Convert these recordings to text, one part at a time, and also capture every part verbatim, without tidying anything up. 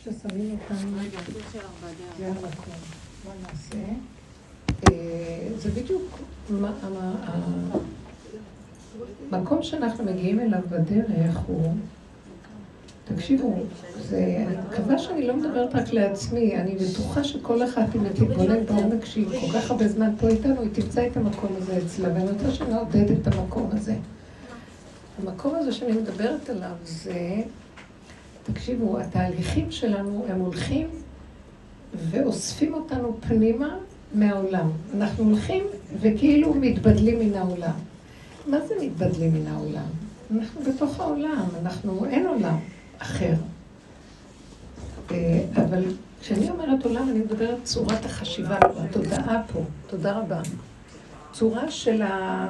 ששמים אותנו זה המקום. מה נעשה? זה בדיוק המקום שאנחנו מגיעים אליו בדרך הוא, תקשיבו, אני מקווה שאני לא מדברת רק לעצמי, אני בטוחה שכל אחד אם תתבונן בעומק שהיא כל כך הרבה זמן פה איתנו, היא תמצא את המקום הזה אצלה, ואני רוצה שנעודד את המקום הזה. המקום הזה שאני מדברת עליו זה, תקשיבו, התהליכים שלנו הם הולכים ואוספים אותנו פנימה מהעולם. אנחנו הולכים וכאילו מתבדלים מן העולם. מה זה מתבדלים מן העולם? אנחנו בתוך העולם, אנחנו, אין עולם אחר. אבל כשאני אומרת עולם, אני מדברת צורת החשיבה, התודעה פה, תודה רבה. צורה של ה...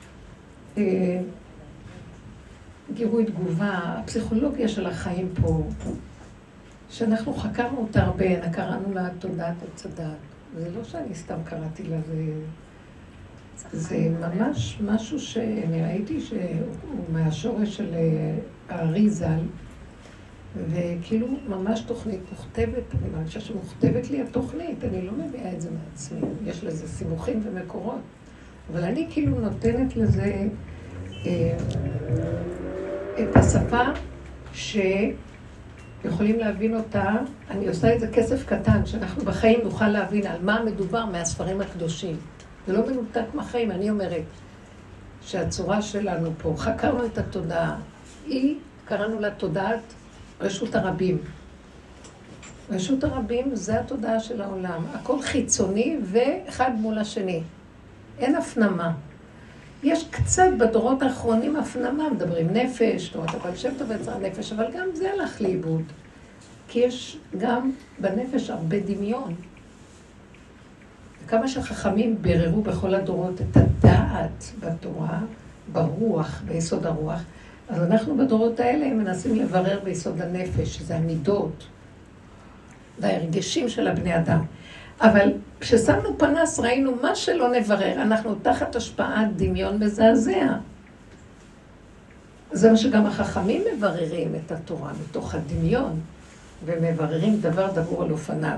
גירוי תגובה, הפסיכולוגיה של החיים פה, שאנחנו חקרנו אותה הרבה, קראנו לה תודעת הצדק. זה לא שאני סתם קראתי לה, זה, זה ממש משהו שאני ראיתי שהוא מהשורש של הארי ז"ל, וכאילו ממש תוכנית מוכתבת, אני מרגישה שמוכתבת לי התוכנית, אני לא מביאה את זה מעצמי, יש לזה סימוכים ומקורות, אבל אני כאילו נותנת לזה אה, את השפה שיכולים להבין אותה, אני עושה את זה כסף קטן, שאנחנו בחיים נוכל להבין על מה מדובר מהספרים הקדושים. זה לא מנותק מהחיים, אני אומרת שהצורה שלנו פה, חקרנו את התודעה, היא, קראנו לה תודעת רשות הרבים. רשות הרבים זה התודעה של העולם, הכל חיצוני ואחד מול השני. אין הפנמה. יש קצת בדורות האחרונים הפנמה, מדברים נפש, תורת הבעל שם טוב יצר נפש, אבל גם זה הלך לאיבוד. כי יש גם בנפש הרבה דמיון. וכמה שחכמים ביררו בכל הדורות את הדעת בתורה, ברוח, ביסוד הרוח, אז אנחנו בדורות האלה מנסים לברר ביסוד הנפש, שזה המידות, וההרגשים של הבני אדם. אבל כששמנו פנס ראינו מה שלא נברר, אנחנו תחת השפעת דמיון מזעזע. זה מה שגם החכמים מבררים את התורה מתוך הדמיון, ומבררים דבר דבור על אופניו,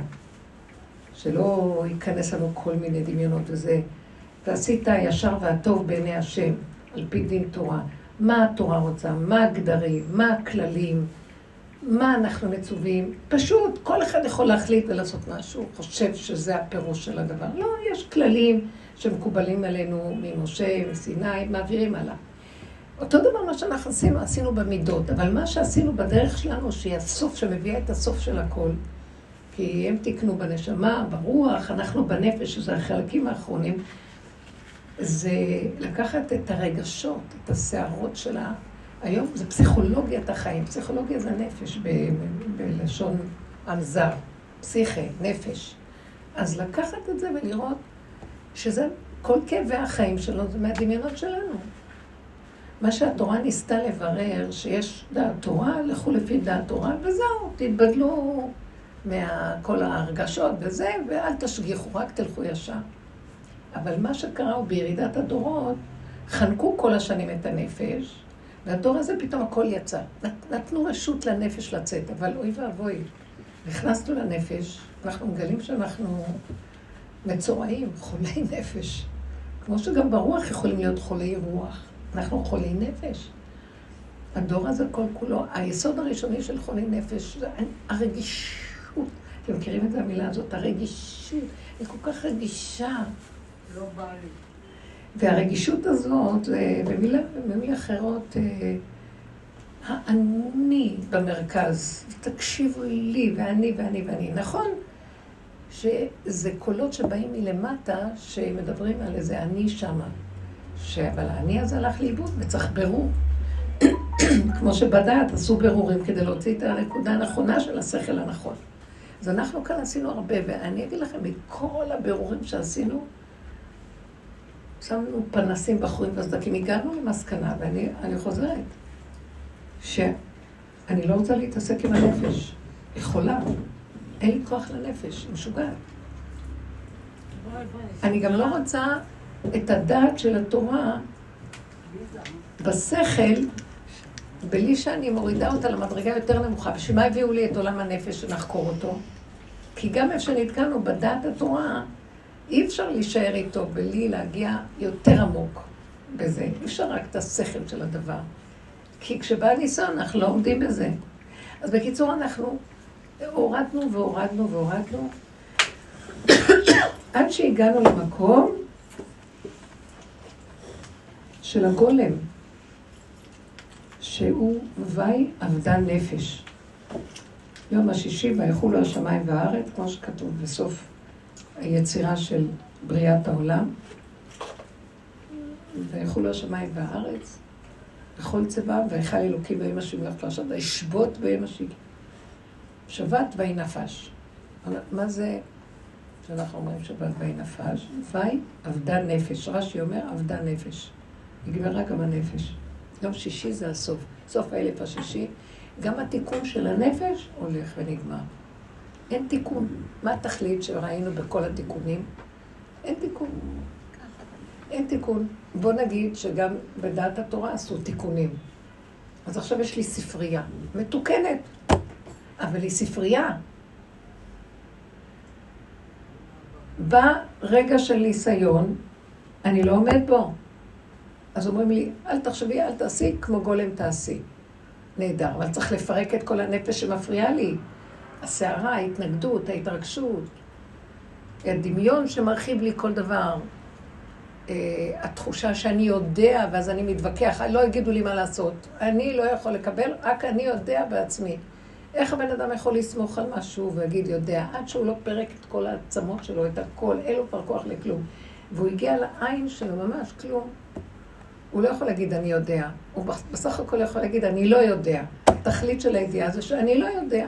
שלא ייכנס לנו כל מיני דמיונות וזה. ועשית הישר והטוב בעיני השם, על פי דין תורה. מה התורה רוצה, מה הגדרים, מה הכללים, מה אנחנו מצווים. פשוט כל אחד יכול להחליט ולעשות משהו, חושב שזה הפירוש של הדבר. לא, יש כללים שמקובלים עלינו ממשה, מסיני, מעבירים עליו. אותו דבר מה שאנחנו עשינו, עשינו במידות, אבל מה שעשינו בדרך שלנו, שהיא הסוף שמביאה את הסוף של הכל, כי הם תקנו בנשמה, ברוח, אנחנו בנפש, שזה החלקים האחרונים, זה לקחת את הרגשות, את השערות שלה. היום זה פסיכולוגיית החיים, פסיכולוגיה זה נפש ב- ב- בלשון המזר, פסיכה, נפש. אז לקחת את זה ולראות שזה כל כאבי החיים שלנו, זה מהדמיונות שלנו. מה שהתורה ניסתה לברר, שיש דעת תורה, לכו לפי דעת תורה, וזהו, תתבדלו מכל ההרגשות וזה, ואל תשגיחו, רק תלכו ישר. אבל מה שקרה הוא בירידת הדורות, חנקו כל השנים את הנפש, והדור הזה פתאום הכל יצא. נתנו רשות לנפש לצאת, אבל אוי ואבוי, נכנסנו לנפש, אנחנו מגלים שאנחנו מצורעים, חולי נפש. כמו שגם ברוח יכולים להיות חולי רוח. אנחנו חולי נפש. הדור הזה כל כולו, היסוד הראשוני של חולי נפש, זה הרגישות. אתם מכירים את זה, המילה הזאת, הרגישות. היא כל כך רגישה. לא בא לי. והרגישות הזאת, במילה, במילה אחרות, האני במרכז, תקשיבו לי, ואני ואני ואני. נכון שזה קולות שבאים מלמטה, שמדברים על איזה אני שמה. אבל האני הזה הלך לאיבוד וצריך ברור. כמו שבדעת עשו ברורים כדי להוציא את הנקודה הנכונה של השכל הנכון. אז אנחנו כאן עשינו הרבה, ואני אגיד לכם, מכל הבירורים שעשינו, שמנו פנסים בחורים וסדקים, הגענו למסקנה, ואני אני חוזרת, שאני לא רוצה להתעסק עם הנפש, היא חולה, אין לי כוח לנפש, היא משוגעת. אני גם לא רוצה את הדעת של התורה בשכל בלי שאני מורידה אותה למדרגה יותר נמוכה. בשביל מה הביאו לי את עולם הנפש שנחקור אותו? כי גם איפה שנתקענו בדעת התורה, אי אפשר להישאר איתו בלי להגיע יותר עמוק בזה. אי אפשר רק את השכל של הדבר. כי כשבא הניסיון, אנחנו לא עומדים בזה. אז בקיצור, אנחנו הורדנו והורדנו והורדנו, עד שהגענו למקום של הגולם, שהוא וי עבדה נפש. יום השישי, ויחולו השמיים והארץ, כמו שכתוב בסוף היצירה של בריאת העולם. ויחולו השמיים והארץ, בכל צבע, ויחל אלוקים ביום השביעי פרשת, וישבות ביום השביעי. שבת ויהי נפש. מה זה שאנחנו אומרים שבת ויהי נפש? וי עבדה נפש. רש"י אומר עבדה נפש. נגמרה גם הנפש. יום שישי זה הסוף. סוף האלף השישי. גם התיקון של הנפש הולך ונגמר. אין תיקון. מה התכלית שראינו בכל התיקונים? אין תיקון. אין תיקון. בוא נגיד שגם בדעת התורה עשו תיקונים. אז עכשיו יש לי ספרייה. מתוקנת. אבל היא ספרייה. ברגע של ניסיון, אני לא עומד בו. אז אומרים לי, אל תחשבי, אל תעשי, כמו גולם תעשי. נהדר, אבל צריך לפרק את כל הנפש שמפריעה לי. השערה, ההתנגדות, ההתרגשות, הדמיון שמרחיב לי כל דבר. התחושה שאני יודע, ואז אני מתווכח, לא יגידו לי מה לעשות. אני לא יכול לקבל, רק אני יודע בעצמי. איך הבן אדם יכול לסמוך על משהו ויגיד יודע, עד שהוא לא פרק את כל העצמות שלו, את הכל, אין לו כבר כוח לכלום. והוא הגיע לעין שלו, ממש כלום. הוא לא יכול להגיד אני יודע. הוא בסך הכל יכול להגיד אני לא יודע. התכלית של הידיעה זה שאני לא יודע.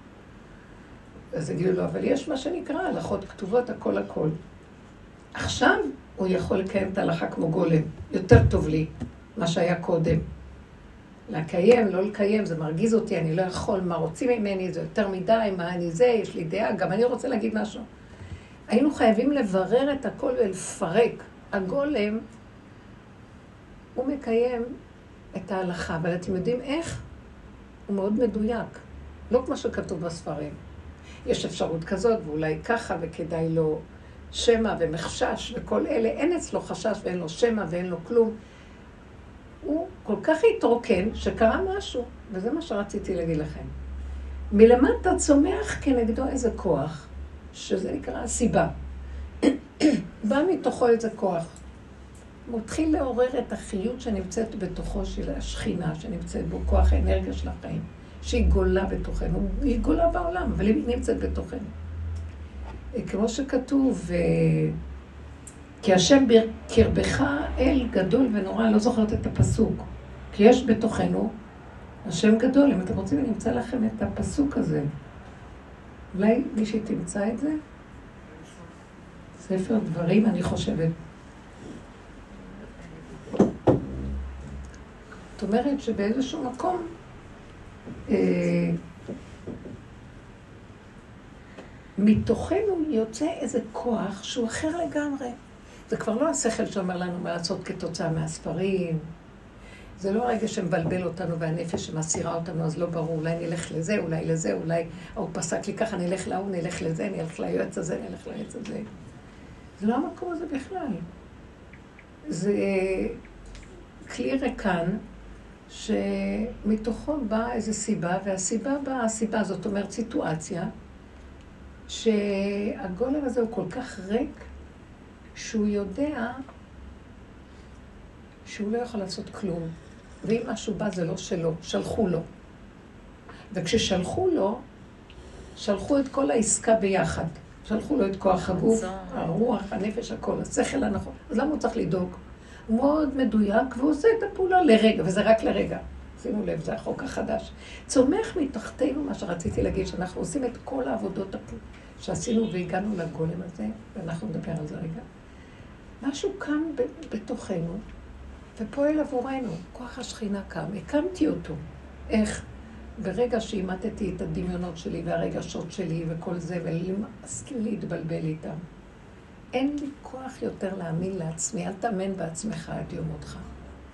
אז יגידו לו, אבל יש מה שנקרא, הלכות כתובות, הכל הכל. עכשיו הוא יכול לקיים את ההלכה כמו גולם. יותר טוב לי, מה שהיה קודם. לקיים, לא לקיים, זה מרגיז אותי, אני לא יכול, מה רוצים ממני, זה יותר מדי, מה אני זה, יש לי דעה, גם אני רוצה להגיד משהו. היינו חייבים לברר את הכל ולפרק. הגולם, הוא מקיים את ההלכה, אבל אתם יודעים איך? הוא מאוד מדויק, לא כמו שכתוב בספרים. יש אפשרות כזאת, ואולי ככה, וכדאי לו שמע ומחשש, וכל אלה, אין אצלו חשש ואין לו שמע ואין לו כלום. הוא כל כך התרוקן שקרה משהו, וזה מה שרציתי להגיד לכם. מלמטה צומח כנגדו איזה כוח, שזה נקרא הסיבה. בא מתוכו איזה כוח. הוא מתחיל לעורר את החיות שנמצאת בתוכו של השכינה, שנמצאת בו כוח האנרגיה של החיים, שהיא גולה בתוכנו, היא גולה בעולם, אבל היא נמצאת בתוכנו. כמו שכתוב, כי השם קרבך אל גדול ונורא, לא זוכרת את הפסוק, כי יש בתוכנו השם גדול. אם אתם רוצים, אני אמצא לכם את הפסוק הזה. אולי מישהי תמצא את זה? ספר דברים, אני חושבת. זאת אומרת שבאיזשהו מקום אה, מתוכנו יוצא איזה כוח שהוא אחר לגמרי. זה כבר לא השכל שאומר לנו מה לעשות כתוצאה מהספרים. זה לא הרגע שמבלבל אותנו והנפש שמסירה אותנו, אז לא ברור, אולי נלך לזה, אולי לזה, אולי הוא פסק לי ככה, נלך להוא, נלך לזה, נלך ליועץ הזה, נלך ליועץ הזה. זה לא המקום הזה בכלל. זה כלי ריקן שמתוכו באה איזו סיבה, והסיבה באה, הסיבה זאת אומרת סיטואציה, שהגולם הזה הוא כל כך ריק, שהוא יודע שהוא לא יכול לעשות כלום. ואם משהו בא זה לא שלו, שלחו לו. וכששלחו לו, שלחו את כל העסקה ביחד. שלחו לו את כוח הגוף, הרוח, הנפש, הכל, השכל הנכון. אז למה הוא צריך לדאוג? הוא מאוד מדויק והוא עושה את הפעולה לרגע, וזה רק לרגע. שימו לב, זה החוק החדש. צומח מתחתנו מה שרציתי להגיד, שאנחנו עושים את כל העבודות שעשינו והגענו לגולם הזה, ואנחנו נדבר על זה רגע. משהו קם בתוכנו, ופועל עבורנו. כוח השכינה קם, הקמתי אותו. איך? ברגע שהימדתי את הדמיונות שלי והרגשות שלי וכל זה, ולהסכים להתבלבל איתם. אין לי כוח יותר להאמין לעצמי, אל תאמן בעצמך עד יום מותך.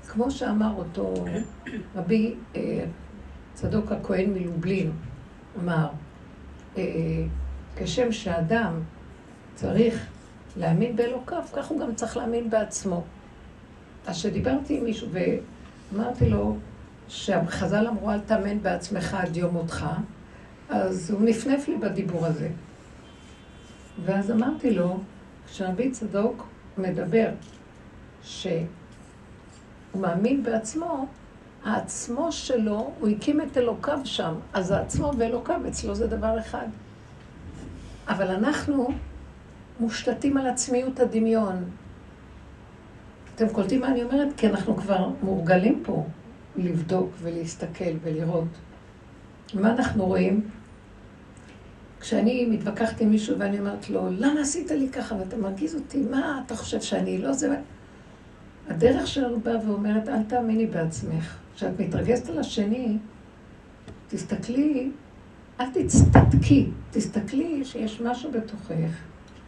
כמו שאמר אותו רבי אה, צדוק הכהן מלובלין, אמר, אה, כשם שאדם צריך להאמין באלוקיו, כך הוא גם צריך להאמין בעצמו. אז שדיברתי עם מישהו ואמרתי לו שהחז"ל אמרו אל תאמן בעצמך עד יום מותך, אז הוא נפנף לי בדיבור הזה. ואז אמרתי לו, כשרבי צדוק מדבר שהוא מאמין בעצמו, העצמו שלו, הוא הקים את אלוקיו שם, אז העצמו ואלוקיו אצלו זה דבר אחד. אבל אנחנו מושתתים על עצמיות הדמיון. אתם קולטים מה אני אומרת? כי אנחנו כבר מורגלים פה לבדוק ולהסתכל ולראות. מה אנחנו רואים? כשאני מתווכחת עם מישהו ואני אומרת לו, למה עשית לי ככה? ואתה מרגיז אותי, מה אתה חושב שאני לא זה? הדרך שלנו באה ואומרת, אל תאמיני בעצמך. כשאת מתרגזת על השני, תסתכלי, אל תצטדקי, תסתכלי שיש משהו בתוכך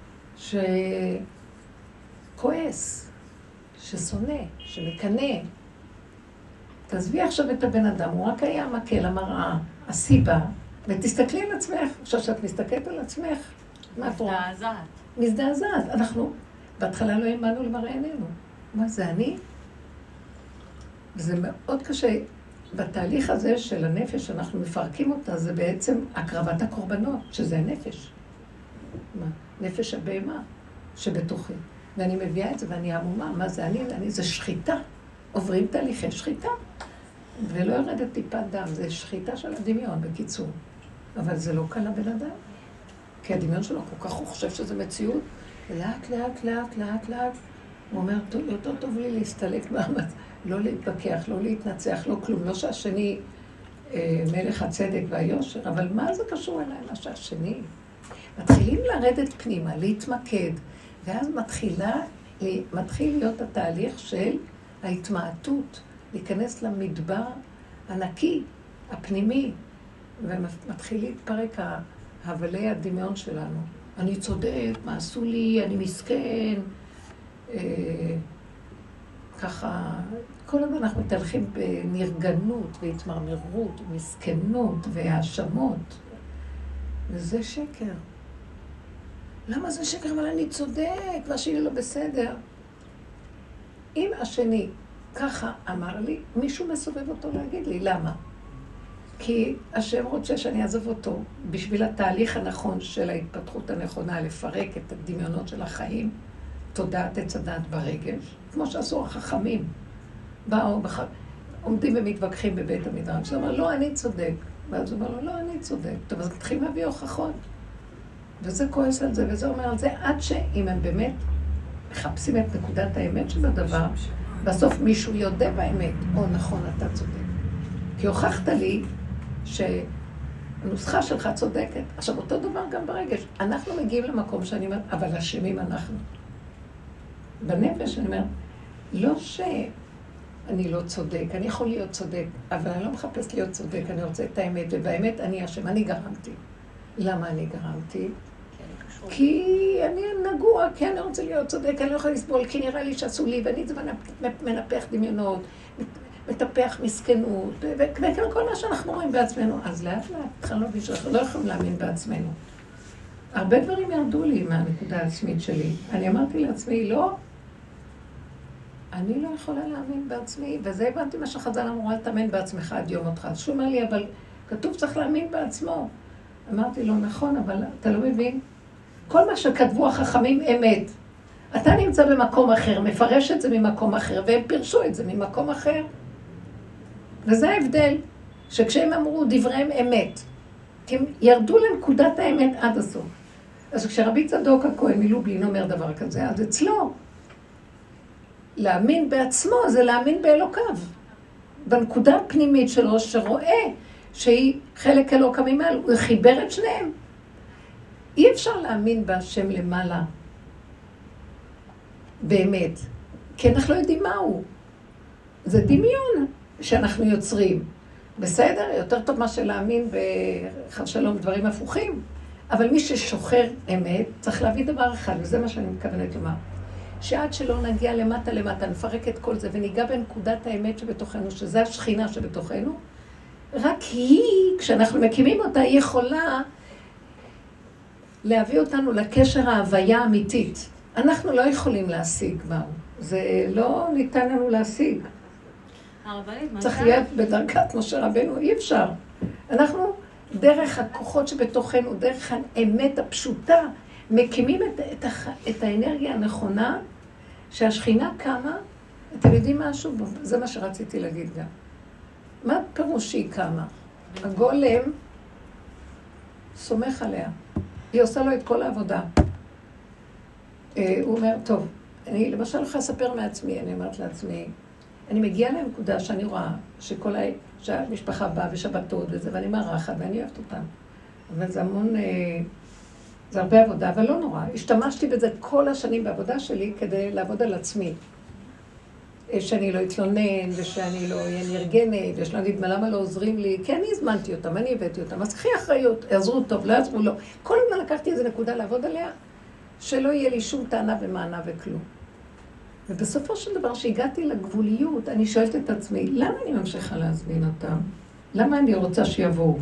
שכועס, ששונא, שמקנא. תעזבי עכשיו את הבן אדם, הוא רק היה מקל, המראה, הסיבה, ותסתכלי על עצמך. עכשיו שאת מסתכלת על עצמך, מה את רואה? מזדעזעת. מזדעזעת. אנחנו בהתחלה לא האמנו למראה עינינו. מה זה אני? וזה מאוד קשה. בתהליך הזה של הנפש, אנחנו מפרקים אותה, זה בעצם הקרבת הקורבנות, שזה הנפש. מה? נפש הבהמה שבתוכי. ואני מביאה את זה ואני עמומה. מה זה אני? אני זה שחיטה. עוברים תהליכי שחיטה. ולא יורדת טיפת דם. זה שחיטה של הדמיון, בקיצור. אבל זה לא קל לבן אדם. כי הדמיון שלו כל כך הוא חושב שזה מציאות. לאט, לאט, לאט, לאט, לאט. הוא אומר, יותר טוב לי להסתלק מאמץ. לא להתווכח, לא להתנצח, לא כלום. לא שהשני אה, מלך הצדק והיושר, אבל מה זה קשור אליי, מה שהשני? מתחילים לרדת פנימה, להתמקד, ואז מתחילה, מתחיל להיות התהליך של ההתמעטות, להיכנס למדבר הנקי, הפנימי, ומתחיל להתפרק ההבלי הדמיון שלנו. אני צודק, מה עשו לי, אני מסכן, אה, ככה, כל הזמן אנחנו מתהלכים בנרגנות והתמרמרות ומסכנות והאשמות. וזה שקר. למה זה שקר? אבל אני צודק, והשני לא בסדר. אם השני ככה אמר לי, מישהו מסובב אותו להגיד לי, למה? כי השם רוצה שאני אעזוב אותו בשביל התהליך הנכון של ההתפתחות הנכונה, לפרק את הדמיונות של החיים, תודעת עץ הדעת ברגש, כמו שעשו החכמים. באו, בח... עומדים ומתווכחים בבית המדרש. הוא אומר, לא, אני צודק. ואז הוא אומר לו, לא, אני צודק. טוב, אז תתחיל להביא הוכחות. וזה כועס על זה, וזה אומר על זה, עד שאם הם באמת מחפשים את נקודת האמת של הדבר, בסוף מישהו יודע באמת, או נכון, אתה צודק. כי הוכחת לי שהנוסחה שלך צודקת. עכשיו, אותו דבר גם ברגש. אנחנו מגיעים למקום שאני אומרת, אבל אשמים אנחנו. בנפש אני אומרת, לא שאני לא צודק, אני יכול להיות צודק, אבל אני לא מחפש להיות צודק, אני רוצה את האמת, ובאמת אני אשם, אני גרמתי. למה אני גרמתי? כי אני נגוע, כי אני רוצה להיות צודק, אני לא יכולה לסבול, כי נראה לי שעשו לי, ואני זה מנפח דמיונות, מטפח מסכנות, וכאילו כל מה שאנחנו רואים בעצמנו. אז לאט לאט התחלנו להבין שאנחנו לא יכולים להאמין בעצמנו. הרבה דברים ירדו לי מהנקודה העצמית שלי. אני אמרתי לעצמי, לא, אני לא יכולה להאמין בעצמי, וזה הבנתי מה שחז"ל אמרו, אל תאמין בעצמך עד יום מותך. אז שהוא אומר לי, אבל כתוב צריך להאמין בעצמו. אמרתי לו, נכון, אבל אתה לא מבין? כל מה שכתבו החכמים אמת. אתה נמצא במקום אחר, מפרש את זה ממקום אחר, והם פירשו את זה ממקום אחר. וזה ההבדל, שכשהם אמרו דבריהם אמת, הם ירדו לנקודת האמת עד הסוף. אז כשרבי צדוק הכהן מלובלין אומר דבר כזה, אז אצלו, להאמין בעצמו זה להאמין באלוקיו. בנקודה הפנימית שלו שרואה שהיא חלק אלוקה ממעל, הוא חיבר את שניהם. אי אפשר להאמין בהשם למעלה, באמת, כי אנחנו לא יודעים מהו. זה דמיון שאנחנו יוצרים. בסדר, יותר טוב מה שלהאמין בחד שלום דברים הפוכים, אבל מי ששוחר אמת צריך להביא דבר אחד, וזה מה שאני מתכוונת לומר. שעד שלא נגיע למטה למטה, נפרק את כל זה וניגע בנקודת האמת שבתוכנו, שזה השכינה שבתוכנו, רק היא, כשאנחנו מקימים אותה, היא יכולה להביא אותנו לקשר ההוויה האמיתית. אנחנו לא יכולים להשיג מהו. זה לא ניתן לנו להשיג. צריך להיות בדרכת משה רבנו, אי אפשר. אנחנו, דרך הכוחות שבתוכנו, דרך האמת הפשוטה, מקימים את, את, הח, את האנרגיה הנכונה, שהשכינה קמה, אתם יודעים משהו? זה מה שרציתי להגיד גם. מה פירוש שהיא קמה? הגולם סומך עליה. היא עושה לו את כל העבודה. הוא אומר, טוב, אני למשל יכולה לספר מעצמי, אני אומרת לעצמי, אני מגיעה לנקודה שאני רואה שכל ה... שהמשפחה באה ושבתות וזה, ואני מערכת ואני אוהבת אותם. אבל זה המון, זה הרבה עבודה, אבל לא נורא. השתמשתי בזה כל השנים בעבודה שלי כדי לעבוד על עצמי. שאני לא אתלונן ושאני לא אהיה נרגנת, ושאני אגיד, מה למה לא עוזרים לי? כי אני הזמנתי אותם, אני הבאתי אותם, אז קחי אחריות, יעזרו טוב, לא יעזרו לא. כל הזמן לקחתי איזו נקודה לעבוד עליה, שלא יהיה לי שום טענה ומענה וכלום. ובסופו של דבר, שהגעתי לגבוליות, אני שואלת את עצמי, למה אני ממשיכה להזמין אותם? למה אני רוצה שיבואו?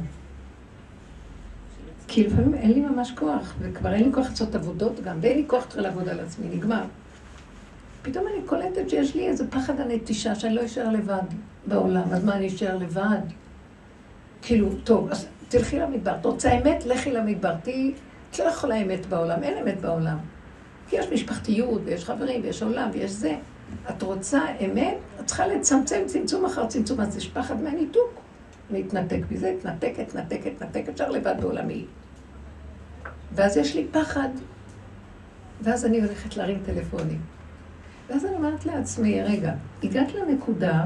כי לפעמים אין לי ממש כוח, וכבר אין לי כוח לעשות עבודות גם, ואין לי כוח לעבוד על עצמי, נגמר. פתאום אני קולטת שיש לי איזה פחד הנטישה, שאני לא אשאר לבד בעולם. אז מה, אני אשאר לבד? כאילו, טוב, אז תלכי למדבר. את רוצה אמת? לכי למדבר. תהי, את לא יכולה אמת בעולם, אין אמת בעולם. כי יש משפחתיות, ויש חברים, ויש עולם, ויש זה. את רוצה אמת? את צריכה לצמצם צמצום אחר צמצום, אז יש פחד מהניתוק. להתנתק בזה, התנתק, התנתק, התנתק, אפשר לבד בעולמי. ואז יש לי פחד, ואז אני הולכת להרים טלפונים. ואז אני אומרת לעצמי, רגע, הגעת לנקודה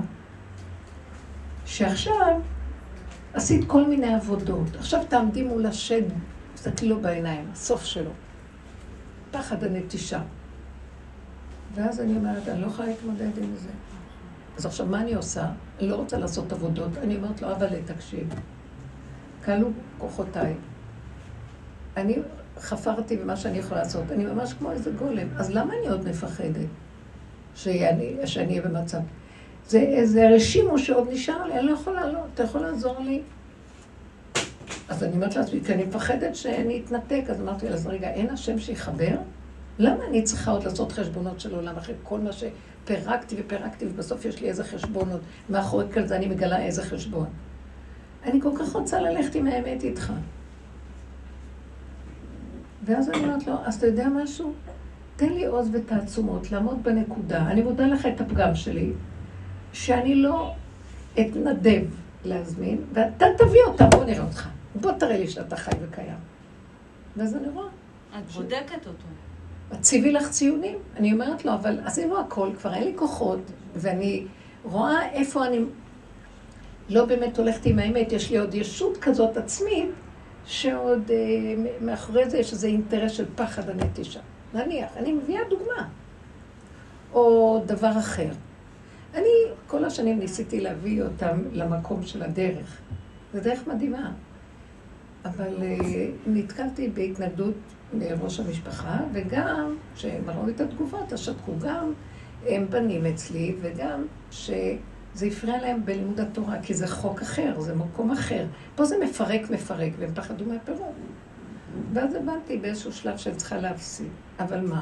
שעכשיו עשית כל מיני עבודות. עכשיו תעמדי מול השד, תסתכלי לו בעיניים, הסוף שלו. פחד הנטישה. ואז אני אומרת, אני לא יכולה להתמודד עם זה. אז עכשיו מה אני עושה? אני לא רוצה לעשות עבודות. אני אומרת לו, אבל תקשיב. קלו כוחותיי. אני חפרתי במה שאני יכולה לעשות. אני ממש כמו איזה גולם. אז למה אני עוד מפחדת? שאני, שאני אהיה במצב. זה איזה רשימו שעוד נשאר לי, אני לא יכולה, לא, אתה יכול לעזור לי? אז אני אומרת לעצמי, כי אני מפחדת שאני אתנתק, אז אמרתי, אז רגע, אין השם שיחבר? למה אני צריכה עוד לעשות חשבונות של עולם אחרי כל מה שפרקתי ופרקתי, ובסוף יש לי איזה חשבונות, מאחורי כל זה אני מגלה איזה חשבון. אני כל כך רוצה ללכת עם האמת איתך. ואז אני אומרת לו, אז אתה יודע משהו? תן לי עוז ותעצומות, לעמוד בנקודה. אני מודה לך את הפגם שלי, שאני לא אתנדב להזמין, ואתה תביא אותה, בוא נראה אותך. בוא תראה לי שאתה חי וקיים. ואז אני רואה. את בודקת אותו. הציבי לך ציונים. אני אומרת לו, אבל עשינו הכל, כבר אין לי כוחות, ואני רואה איפה אני לא באמת הולכת עם האמת. יש לי עוד ישות כזאת עצמית, שעוד מאחורי זה יש איזה אינטרס של פחד הנטישה. נניח, אני מביאה דוגמה. או דבר אחר. אני כל השנים ניסיתי להביא אותם למקום של הדרך. זו דרך מדהימה. אבל נתקלתי בהתנגדות מראש המשפחה, וגם, שהם ראו את התגובות, אז שתקו גם, הם בנים אצלי, וגם שזה הפריע להם בלימוד התורה, כי זה חוק אחר, זה מקום אחר. פה זה מפרק מפרק, והם פחדו מהפירוק. ואז הבנתי באיזשהו שלב שאני צריכה להפסיד. אבל מה?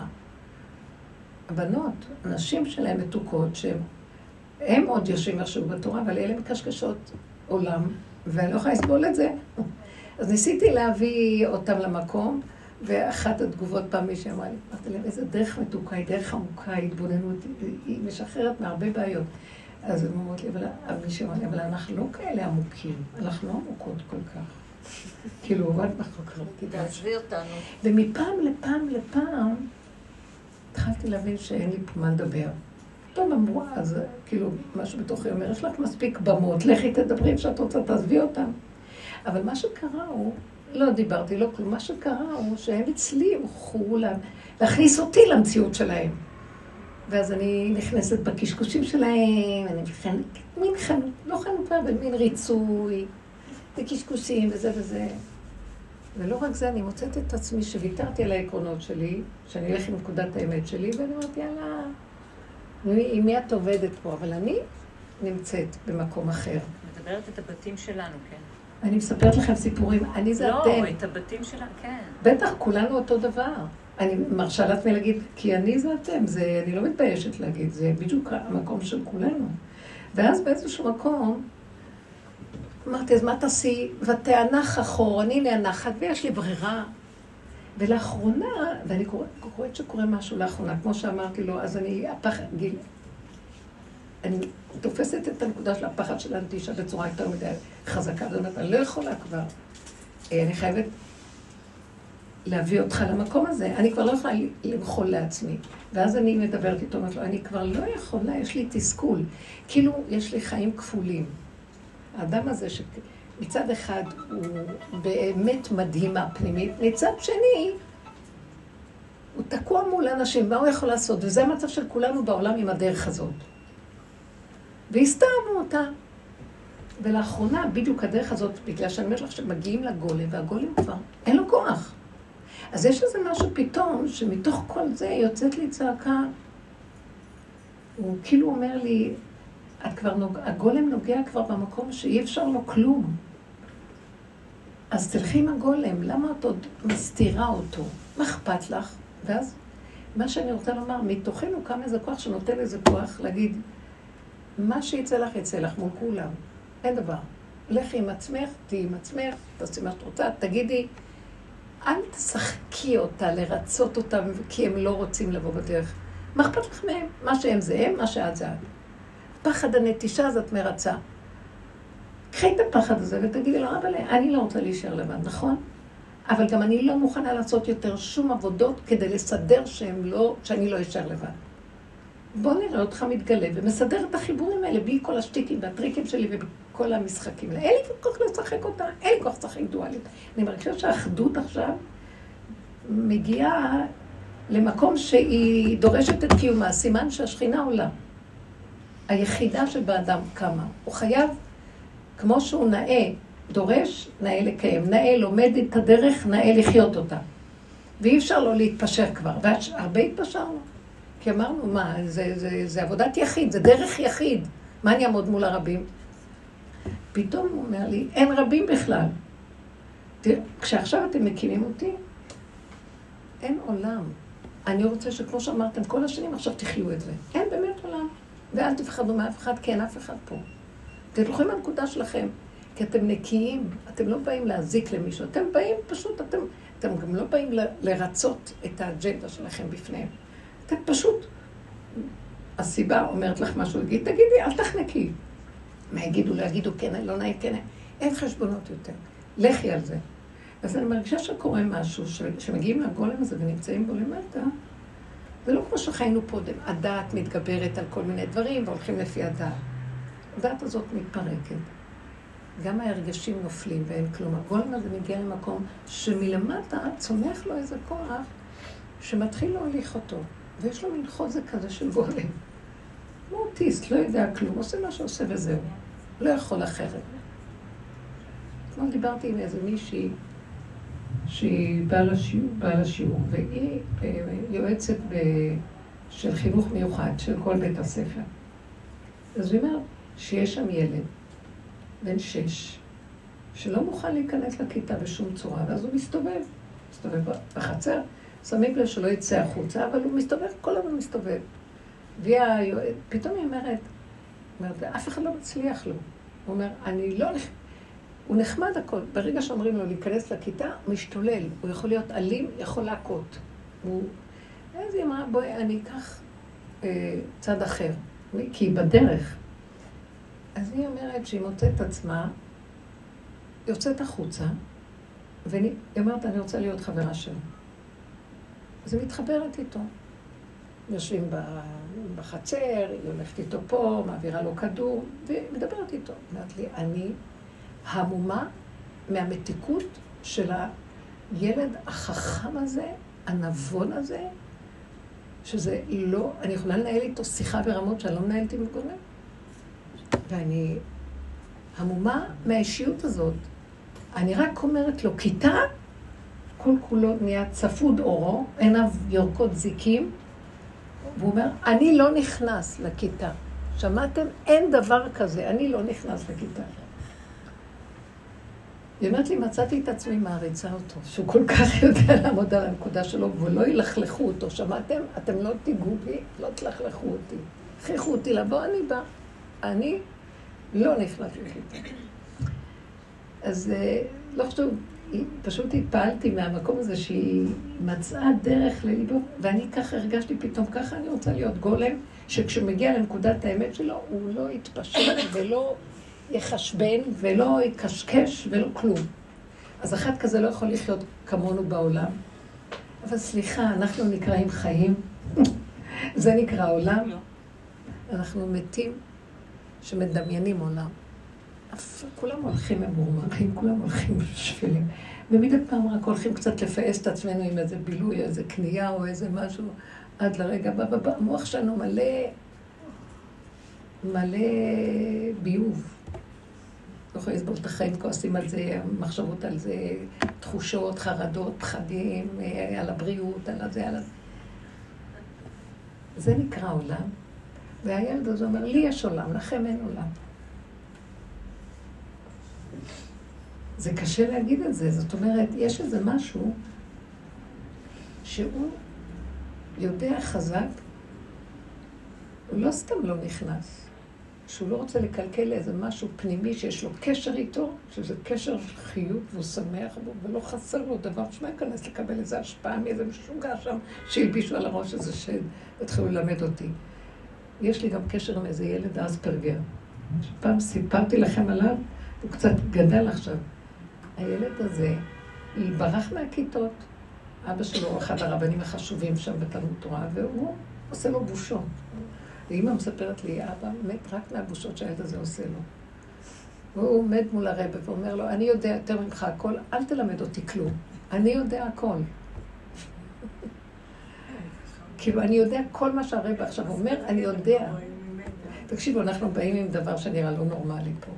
הבנות, הנשים שלהם מתוקות, שהם עוד יושבים משהו בתורה, אבל אלה מקשקשות עולם, ואני לא יכולה לסבול את זה. אז ניסיתי להביא אותם למקום, ואחת התגובות פעם מישהי אמרה לי, אמרתי להם, איזה דרך מתוקה, היא דרך עמוקה, היא התבוננות, היא משחררת מהרבה בעיות. אז הם אומרות לי, אבל מישהי אמרה לי, אבל אנחנו לא כאלה עמוקים, אנחנו לא עמוקות כל כך. כאילו, עובד בחוקר. תעזבי אותנו. ומפעם לפעם לפעם, התחלתי להבין שאין לי פה מה לדבר. פתאום אמרו, אז כאילו, משהו בתוכי אומר, יש לך מספיק במות, לכי תדברי אם שאת רוצה, תעזבי אותם. אבל מה שקרה הוא, לא דיברתי, לא כלום, מה שקרה הוא שהם אצלי הוכרו להם, להכניס אותי למציאות שלהם. ואז אני נכנסת בקשקושים שלהם, אני מכן, מין חנות, לא חנופה, אבל מין ריצוי, וקשקושים וזה וזה. ולא רק זה, אני מוצאת את עצמי שוויתרתי על העקרונות שלי, שאני הולך עם נקודת האמת שלי, ואני אומרת, יאללה, עם מי את עובדת פה? אבל אני נמצאת במקום אחר. מדברת את הבתים שלנו, כן. אני מספרת לכם סיפורים, אני זה לא, אתם. לא, את הבתים שלנו, כן. בטח, כולנו אותו דבר. אני מרשה לעצמי להגיד, כי אני זה אתם, זה, אני לא מתביישת להגיד, זה בדיוק המקום של כולנו. ואז באיזשהו מקום, אמרתי, אז מה תעשי? ותענך אחור, אני נענחת, ויש לי ברירה. ולאחרונה, ואני קוראת, קוראת שקורה משהו לאחרונה, כמו שאמרתי לו, אז אני, הפחד, גיל, אני תופסת את הנקודה של הפחד של האנטישה בצורה יותר מדי חזקה, זאת אומרת, אני לא יכולה כבר. אני חייבת להביא אותך למקום הזה. אני כבר לא יכולה למחול לעצמי. ואז אני מדברת איתו, אומרת לו, אני כבר לא יכולה, יש לי תסכול. כאילו, יש לי חיים כפולים. האדם הזה שמצד אחד הוא באמת מדהימה פנימית, מצד שני, הוא תקוע מול אנשים, מה הוא יכול לעשות? וזה המצב של כולנו בעולם עם הדרך הזאת. והסתרנו אותה. ולאחרונה, בדיוק הדרך הזאת, בגלל שאני אומרת לך שמגיעים לגולם, והגולם כבר, אין לו כוח. אז יש איזה משהו פתאום, שמתוך כל זה יוצאת לי צעקה, הוא כאילו אומר לי, את כבר נוג... הגולם נוגע כבר במקום שאי אפשר לו כלום. אז תלכי עם הגולם, למה את עוד מסתירה אותו? מה אכפת לך? ואז, מה שאני רוצה לומר, מתוכנו קם איזה כוח שנותן איזה כוח להגיד, מה שיצא לך, יצא לך מול כולם. אין דבר. לכי עם עצמך, תהי עם עצמך, תעשי מה שאת רוצה, תגידי, אל תשחקי אותה, לרצות אותה, כי הם לא רוצים לבוא בדרך. מה אכפת לך מהם? מה שהם זה הם, מה שאת זה את. פחד הנטישה הזאת מרצה. קחי את הפחד הזה ותגידי לו, אבל אני לא רוצה להישאר לבד, נכון? אבל גם אני לא מוכנה לעשות יותר שום עבודות כדי לסדר שהם לא, שאני לא אשאר לבד. בוא נראה אותך מתגלה ומסדר את החיבורים האלה בלי כל השטיקים והטריקים שלי ובכל המשחקים. אין לי כוח לשחק אותה, אין לי כוח לשחק דואלית. אני מרגישה שהאחדות עכשיו מגיעה למקום שהיא דורשת את קיומה, סימן שהשכינה עולה. היחידה שבאדם קמה. הוא חייב, כמו שהוא נאה, דורש, נאה לקיים. נאה לומד את הדרך, נאה לחיות אותה. ואי אפשר לו להתפשר כבר. והרבה התפשרנו. כי אמרנו, מה, זה, זה, זה עבודת יחיד, זה דרך יחיד. מה אני אעמוד מול הרבים? פתאום הוא אומר לי, אין רבים בכלל. תראה, כשעכשיו אתם מקימים אותי, אין עולם. אני רוצה שכמו שאמרתם, כל השנים עכשיו תחיו את זה. אין באמת עולם. ואל תפחדו מאף אחד, כי אין אף אחד פה. תלכו עם הנקודה שלכם, כי אתם נקיים, אתם לא באים להזיק למישהו, אתם באים פשוט, אתם, אתם גם לא באים ל, לרצות את האג'נדה שלכם בפניהם. אתם פשוט, הסיבה אומרת לך משהו, תגיד, תגידי, אל תחנקי. מה יגידו, לא יגידו, כן, לא נעים, כן, אין חשבונות יותר. לכי על זה. אז אני מרגישה שקורה משהו, שמגיעים לגולם הזה ונמצאים בו למטה, ולא כמו שחיינו פה, הדעת מתגברת על כל מיני דברים, והולכים לפי הדעת. הדעת הזאת מתפרקת. גם ההרגשים נופלים ואין כלום. הגולם הזה מגיע למקום שמלמטה צומח לו איזה כוח שמתחיל להוליך אותו. ויש לו מין חוזק כזה של גולם. הוא אוטיסט, לא יודע כלום, עושה מה שעושה וזהו. לא יכול אחרת. אתמול דיברתי עם איזה מישהי שהיא באה לשיעור, באה לשיעור, והיא יועצת ב... של חינוך מיוחד, של כל בית הספר. אז היא אומרת שיש שם ילד, בן שש, שלא מוכן להיכנס לכיתה בשום צורה, ואז הוא מסתובב, מסתובב בחצר, שמים לב שלא יצא החוצה, אבל הוא מסתובב, כל הזמן מסתובב. והיא היועצת, פתאום היא אומרת, אומרת, אף אחד לא מצליח לו. הוא אומר, אני לא... הוא נחמד הכל. ברגע שאומרים לו להיכנס לכיתה, הוא משתולל. הוא יכול להיות אלים, יכול להכות. הוא... אז היא אמרה, בואי, אני אקח אה, צד אחר. כי היא בדרך. אז היא אומרת שהיא מוצאת את עצמה, יוצאת החוצה, והיא אומרת, אני רוצה להיות חברה שלו. אז היא מתחברת איתו. יושבים בחצר, היא הולכת איתו פה, מעבירה לו כדור, ומדברת איתו. אומרת לי, אני... המומה מהמתיקות של הילד החכם הזה, הנבון הזה, שזה לא, אני יכולה לנהל איתו שיחה ברמות שאני לא מנהלת עם גולם. ואני, המומה מהאישיות הזאת, אני רק אומרת לו, כיתה, כל כולו נהיה צפוד אורו, עיניו יורקות זיקים, והוא אומר, אני לא נכנס לכיתה. שמעתם? אין דבר כזה, אני לא נכנס לכיתה. היא אומרת לי, מצאתי את עצמי מעריצה אותו, שהוא כל כך יודע לעמוד על הנקודה שלו, ולא ילכלכו אותו. שמעתם? אתם לא תיגעו בי, לא תלכלכו אותי. הכריחו אותי לבוא, אני בא. אני לא נכנס לכיתה. אז לא חשוב, פשוט התפעלתי מהמקום הזה שהיא מצאה דרך לליבו, ואני ככה הרגשתי פתאום, ככה אני רוצה להיות גולם, שכשמגיע לנקודת האמת שלו, הוא לא יתפשר ולא יחשבן ולא יקשקש ולא כלום. אז אחד כזה לא יכול לחיות כמונו בעולם. אבל סליחה, אנחנו נקראים חיים. זה נקרא עולם. אנחנו מתים שמדמיינים עולם. כולם הולכים ממורמרים, כולם הולכים שפלים. ומדי פעם רק הולכים קצת לפעס את עצמנו עם איזה בילוי, איזה קנייה או איזה משהו, עד לרגע, המוח שלנו מלא, מלא ביוב. לא יכולים לסבור את החיים, כועסים על זה, מחשבות על זה, תחושות, חרדות, פחדים, על הבריאות, על זה, על זה. זה נקרא עולם. והילד הזה אומר, לי יש עולם, לכם אין עולם. זה קשה להגיד את זה, זאת אומרת, יש איזה משהו שהוא יודע חזק, הוא לא סתם לא נכנס, שהוא לא רוצה לקלקל לאיזה משהו פנימי שיש לו קשר איתו, שזה קשר חיות והוא שמח בו, ולא חסר לו דבר, שמה ייכנס לקבל איזה השפעה מאיזה משוגע שם, שילבישו על הראש הזה שהתחילו ללמד אותי. יש לי גם קשר עם איזה ילד אספרגר, שפעם סיפרתי לכם עליו, הוא קצת גדל עכשיו. הילד הזה, היא ברח מהכיתות. אבא שלו הוא אחד הרבנים החשובים שם בתלמוד תורה, והוא עושה לו בושות. ואמא מספרת לי, אבא מת רק מהבושות שהילד הזה עושה לו. והוא עומד מול הרבא ואומר לו, אני יודע יותר ממך הכל, אל תלמד אותי כלום. אני יודע הכל. כאילו, אני יודע כל מה שהרבא עכשיו אומר, אני יודע. תקשיבו, אנחנו באים עם דבר שנראה לא נורמלי פה.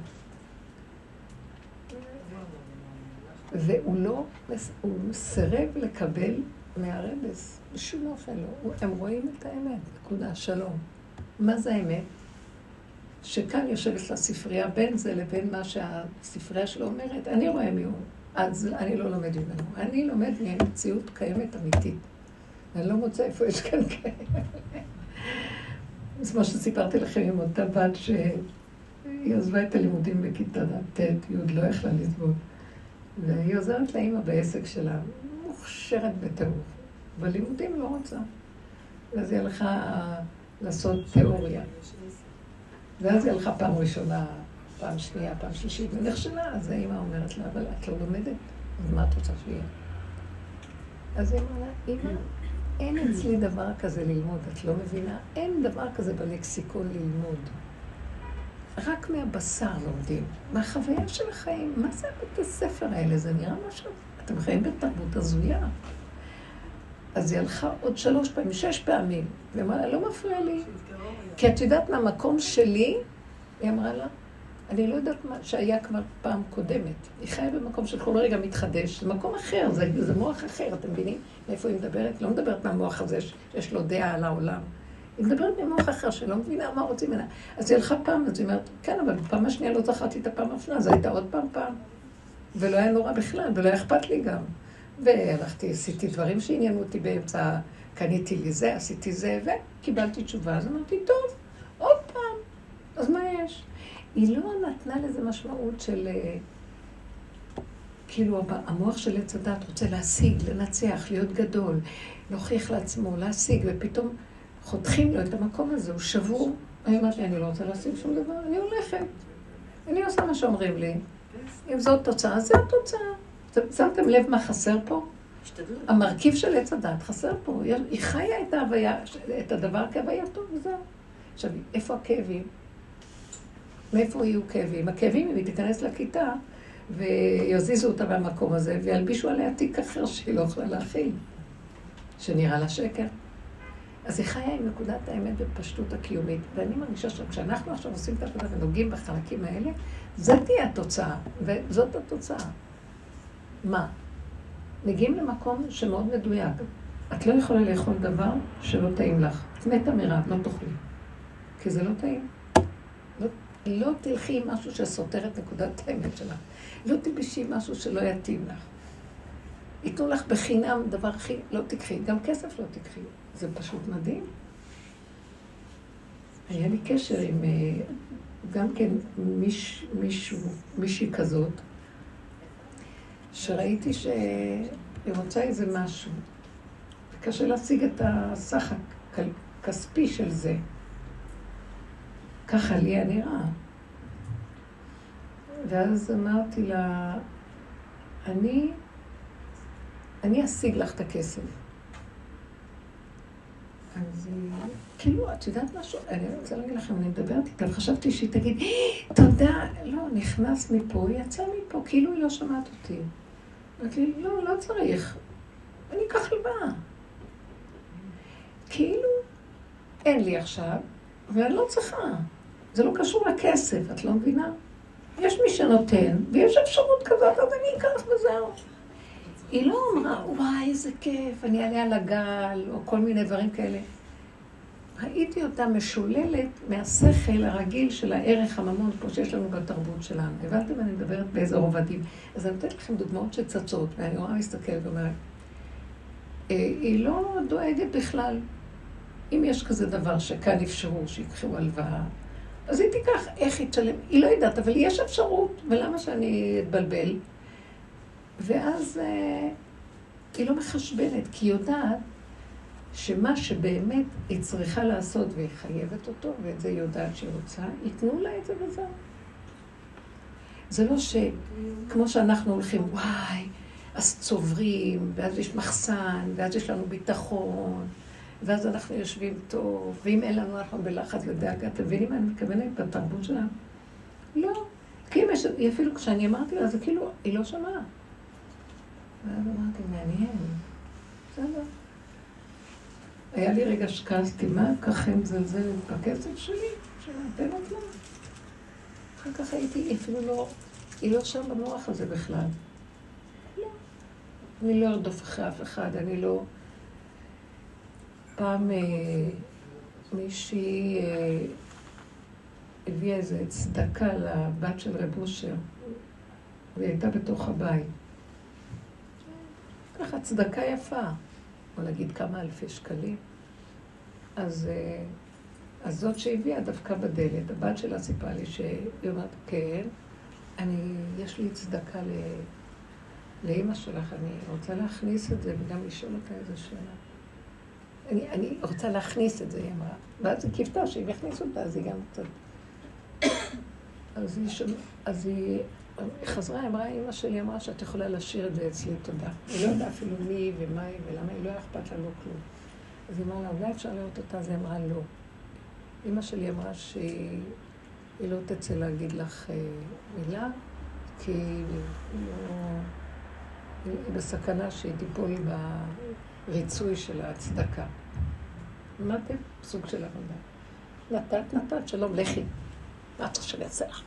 והוא לא, הוא סירב לקבל מהרבס, בשום אופן לא. הם רואים את האמת, נקודה, שלום. מה זה האמת? שכאן יושבת לספרייה, בין זה לבין מה שהספרייה שלו אומרת, אני רואה מי הוא, אז אני לא לומד ממנו. אני לומד ממציאות קיימת אמיתית. אני לא מוצא איפה יש כאן כאלה. זה מה שסיפרתי לכם עם אותה בת שהיא עזבה את הלימודים בכיתה ט', י' לא יכלה לסבול. והיא עוזרת לאמא בעסק שלה, מוכשרת בטירוף. בלימודים לא רוצה. ואז היא הלכה לעשות תיאוריה. ואז היא הלכה פעם ראשונה, פעם שנייה, פעם שלישית, ונכשלה. אז האמא אומרת לה, אבל את לא לומדת, אז מה את רוצה שיהיה? אז היא אמרה לה, אמא, אין אצלי דבר כזה ללמוד, את לא מבינה? אין דבר כזה בלקסיקון ללמוד. רק מהבשר לומדים, מהחוויה של החיים. מה זה בית הספר האלה? זה נראה משהו? אתם חיים בתרבות הזויה. אז היא הלכה עוד שלוש פעמים, שש פעמים, ואמרה לה, לא מפריע לי. כי את יודעת מהמקום שלי, היא אמרה לה, אני לא יודעת מה שהיה כבר פעם קודמת. היא חיה במקום של כל רגע מתחדש, זה מקום אחר, זה, זה מוח אחר, אתם מבינים? מאיפה היא מדברת? לא מדברת מהמוח הזה שיש לו דעה על העולם. היא מדברת במוח אחר שלא מבינה מה רוצים ממנה. אז היא הלכה פעם, אז היא אומרת, כן, אבל בפעם השנייה לא זכרתי את הפעם השנייה, אז הייתה עוד פעם פעם. ולא היה נורא בכלל, ולא היה אכפת לי גם. והלכתי, עשיתי דברים שעניינו אותי באמצע, קניתי לי זה, עשיתי זה, וקיבלתי תשובה. אז אמרתי, טוב, עוד פעם, אז מה יש? היא לא נתנה לזה משמעות של, כאילו, המוח של עץ הדת רוצה להשיג, לנצח, להיות גדול, להוכיח לעצמו, להשיג, ופתאום חותכים לו את המקום הזה, הוא שבור. אני אומרת לי, אני לא רוצה להשיג שום דבר, אני הולכת. אני עושה מה שאומרים לי. אם זאת תוצאה, זה התוצאה. שמתם לב מה חסר פה? המרכיב של עץ הדת חסר פה. היא חיה את ההוויה, את הדבר כהווייתו, וזהו. עכשיו, איפה הכאבים? מאיפה יהיו כאבים? הכאבים, אם היא תיכנס לכיתה, ויזיזו אותה במקום הזה, וילבישו עליה תיק אחר שהיא לא יכולה להכיל, שנראה לה שקר. אז היא חיה עם נקודת האמת בפשטות הקיומית, ואני מרגישה שכשאנחנו עכשיו עושים את העבודה ונוגעים בחלקים האלה, זה תהיה התוצאה, וזאת התוצאה. מה? מגיעים למקום שמאוד מדויק. את לא יכולה לאכול דבר שלא טעים לך. את מתה מרעב, לא תאכלי. כי זה לא טעים. לא, לא תלכי עם משהו שסותר את נקודת האמת שלך. לא תלבשי משהו שלא יתאים לך. ייתנו לך בחינם דבר הכי, לא תקחי. גם כסף לא תקחי. זה פשוט מדהים. היה לי קשר עם גם כן מיש, מישהו, מישהי כזאת, שראיתי שהיא רוצה איזה משהו. קשה להשיג את הסך הכספי של זה. ככה לי היה נראה. ואז אמרתי לה, אני, אני אשיג לך את הכסף. אז כאילו, את יודעת משהו? אני רוצה להגיד לכם, אני מדברת איתה, חשבתי שהיא תגיד, תודה, לא, נכנס מפה, יצא מפה, כאילו היא לא שמעת אותי. אמרתי לי, לא, לא צריך, אני אקח הלוואה. כאילו, אין לי עכשיו, ואני לא צריכה. זה לא קשור לכסף, את לא מבינה? יש מי שנותן, ויש אפשרות כזאת, אז אני אקח וזהו. היא לא אמרה, וואי, איזה כיף, אני אעלה על הגל, או כל מיני דברים כאלה. ראיתי אותה משוללת מהשכל הרגיל של הערך הממון פה שיש לנו בתרבות שלנו. הבנתם, אני מדברת באיזה רובדים. אז אני נותנת לכם דוגמאות שצצות, ואני רואה מסתכלת ואומרת, היא לא דואגת בכלל. אם יש כזה דבר שכאן אפשרו שיקחו הלוואה, אז היא תיקח, איך היא תשלם? היא לא יודעת, אבל יש אפשרות, ולמה שאני אתבלבל? ואז אה, היא לא מחשבנת, כי היא יודעת שמה שבאמת היא צריכה לעשות והיא חייבת אותו, ואת זה היא יודעת שהיא רוצה, ייתנו לה את זה וזהו. זה לא שכמו שאנחנו הולכים, וואי, אז צוברים, ואז יש מחסן, ואז יש לנו ביטחון, ואז אנחנו יושבים טוב, ואם אין לנו אנחנו בלחץ ודאגה, תבינים מה אני מתכוונת בתרבות שלנו? לא. כי אם יש, אפילו כשאני אמרתי לה, זה כאילו, היא לא שמעה. ואז אמרתי, מעניין. בסדר. היה לי רגע שכעסתי, מה ככה הם זלזל בכסף שלי, שנותנת לה? אחר כך הייתי, אפילו לא, היא לא שם במוח הזה בכלל. לא. אני לא ארדוף אחרי אף אחד, אני לא... פעם אה, מישהי אה, הביאה איזה צדקה לבת של רב אושר, והיא הייתה בתוך הבית. ככה צדקה יפה, או נגיד כמה אלפי שקלים. אז, אה, אז זאת שהביאה דווקא בדלת, הבת שלה סיפרה לי שהיא אומרת, כן, אני, יש לי צדקה ל, לאמא שלך, אני רוצה להכניס את זה וגם לשאול אותה איזה שאלה. אני, אני רוצה להכניס את זה, היא אמרה. ואז היא קיפתה שאם יכניס אותה, אז היא גם קצת... אז היא, שומע, אז היא חזרה, אמרה, אמא שלי אמרה שאת יכולה להשאיר את זה אצלי, תודה. היא לא יודעה אפילו מי ומה היא ולמה, היא לא אכפת לה לא כלום. אז היא אמרה לה, אולי אפשר לראות אותה, אז היא אמרה לא. אמא שלי אמרה שהיא לא תצא להגיד לך מילה, כי היא, לא, היא בסכנה שהיא תיפול בריצוי של ההצדקה. אמרתם? סוג של עבודה. נתת, נתת, שלום, לכי. מה אתה שאני אעשה לך?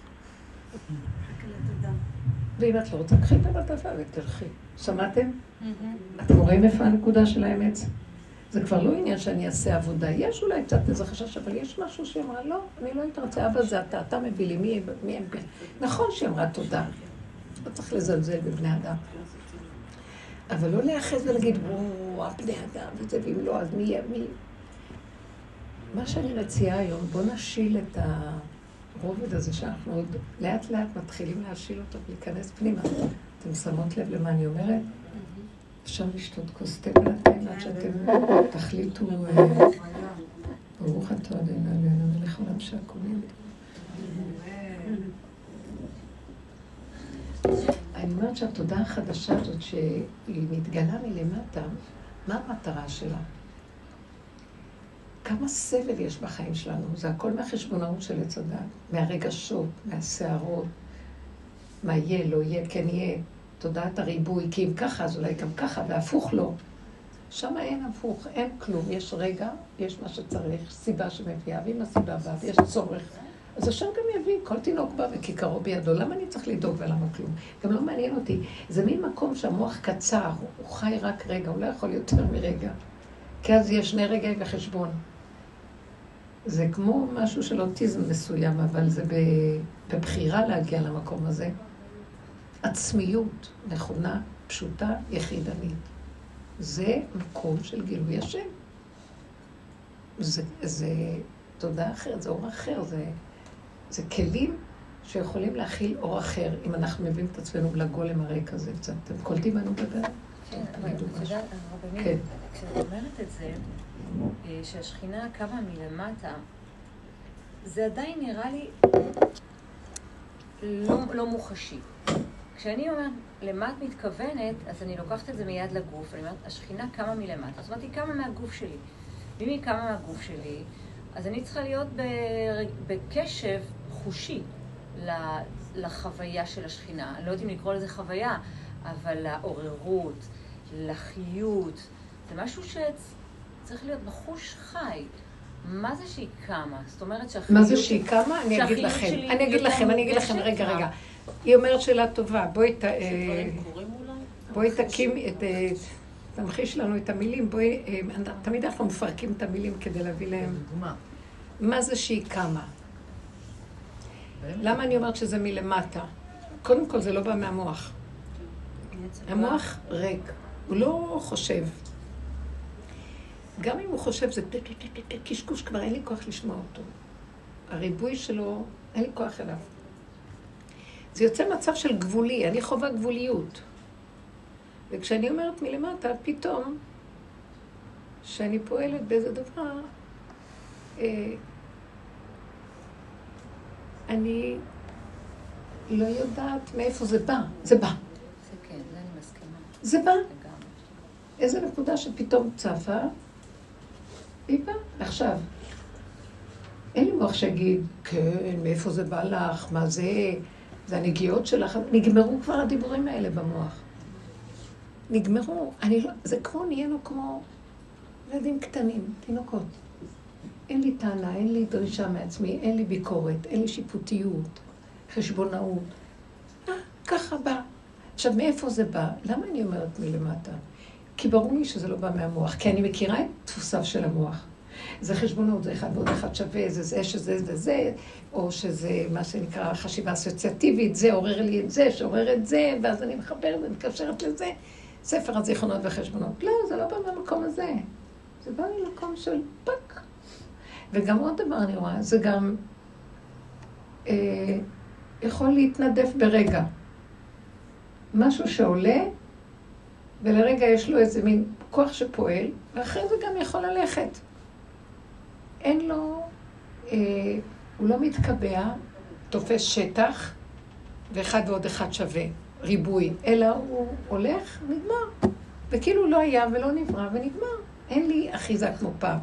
ואם את לא רוצה, קחי את המטפה ותלכי. שמעתם? אתם רואים איפה הנקודה של האמת? זה כבר לא עניין שאני אעשה עבודה. יש אולי קצת איזה חשש, אבל יש משהו שאמרה, לא, אני לא אתרצה, אבל זה אתה, אתה מביא לי, מי, מי הם כן. נכון שאמרה תודה. לא צריך לזלזל בבני אדם. אבל לא להיאחז ולהגיד, וואו, הבני אדם וזה, ואם לא, אז מי יהיה, מי... מה שאני מציעה היום, בוא נשיל את הרובד הזה שאנחנו עוד לאט לאט מתחילים להשיל אותו ולהיכנס פנימה. אתם שמות לב למה אני אומרת? אפשר לשתות כוס תה בינתיים עד שאתם תחליטו ברוך אתה אדוני אלוהינו מלך העולם שהכולים. אני אומרת שהתודעה החדשה הזאת שהיא מתגלה מלמטה, מה המטרה שלה? כמה סבל יש בחיים שלנו, זה הכל מהחשבונאות של עץ הדת, מהרגשות, מהשערות, מה יהיה, לא יהיה, כן יהיה, תודעת הריבוי, כי אם ככה, אז אולי גם ככה, והפוך לא. שם אין הפוך, אין כלום, יש רגע, יש מה שצריך, סיבה שמביאה, ואם הסיבה באה, ויש צורך, אז השם גם יביא, כל תינוק בא וכיכרו בידו, למה אני צריך לדאוג ולמה כלום? גם לא מעניין אותי. זה מין מקום שהמוח קצר, הוא חי רק רגע, הוא לא יכול יותר מרגע. כי אז יש שני רגעי בחשבון. זה כמו משהו של אוטיזם מסוים, אבל זה בבחירה להגיע למקום הזה. עצמיות, נכונה, פשוטה, יחידנית. זה מקום של גילוי השם. זה, זה תודעה אחרת, זה אור אחר, זה, זה כלים שיכולים להכיל אור אחר, אם אנחנו מביאים את עצמנו לגולם הריק הזה קצת. אתם קולטים מה אני מדברת? כן, אבל את יודעת, הרבנית, כשאת אומרת את זה, שהשכינה קמה מלמטה, זה עדיין נראה לי לא, לא מוחשי. כשאני אומרת, למה את מתכוונת, אז אני לוקחת את זה מיד לגוף, אני אומרת, השכינה קמה מלמטה, זאת אומרת, היא קמה מהגוף שלי. ואם היא קמה מהגוף שלי, אז אני צריכה להיות בקשב חושי לחוויה של השכינה. אני לא יודעת אם לקרוא לזה חוויה, אבל לעוררות, לחיות, זה משהו שצריך להיות בחוש חי. מה זה שהיא קמה? זאת אומרת שהחיות... מה זה שהיא קמה? אני אגיד לכם. אני אגיד לכם, אני אגיד לכם, רגע, רגע. היא אומרת שאלה טובה, בואי ת... בואי תקים את... תמחיש לנו את המילים, בואי... תמיד אנחנו מפרקים את המילים כדי להביא להם... מה זה שהיא קמה? למה אני אומרת שזה מלמטה? קודם כל זה לא בא מהמוח. המוח ריק, הוא לא חושב. גם אם הוא חושב זה קשקוש, כבר אין לי כוח לשמוע אותו. הריבוי שלו, אין לי כוח אליו. זה יוצא מצב של גבולי, אני חובה גבוליות. וכשאני אומרת מלמטה, פתאום, שאני פועלת באיזה דבר, אה, אני לא יודעת מאיפה זה בא. זה בא. זה כן, זה אני מסכימה. זה בא. איזה נקודה שפתאום צפה, היא באה. עכשיו, אין לי מוח שיגיד, כן, מאיפה זה בא לך, מה זה, זה הנגיעות שלך. נגמרו כבר הדיבורים האלה במוח. נגמרו. אני לא, זה כמו, נהיינו כמו ילדים קטנים, תינוקות. אין לי טענה, אין לי דרישה מעצמי, אין לי ביקורת, אין לי שיפוטיות, חשבונאות. אה, ככה בא. עכשיו, מאיפה זה בא? למה אני אומרת מלמטה? כי ברור לי שזה לא בא מהמוח, כי אני מכירה את דפוסיו של המוח. זה חשבונות, זה אחד ועוד אחד שווה, זה זה שזה זה זה, או שזה מה שנקרא חשיבה אסוציאטיבית, זה עורר לי את זה, שעורר את זה, ואז אני מחברת ומקשרת לזה. ספר הזיכרונות וחשבונות. לא, זה לא בא מהמקום הזה. זה בא ממקום של פק. וגם עוד דבר אני רואה, זה גם אה, יכול להתנדף ברגע. משהו שעולה, ולרגע יש לו איזה מין כוח שפועל, ואחרי זה גם יכול ללכת. אין לו, אה, הוא לא מתקבע, תופס שטח, ואחד ועוד אחד שווה, ריבוי, אלא הוא הולך, נגמר. וכאילו לא היה ולא נברא ונגמר. אין לי אחיזה כמו פעם.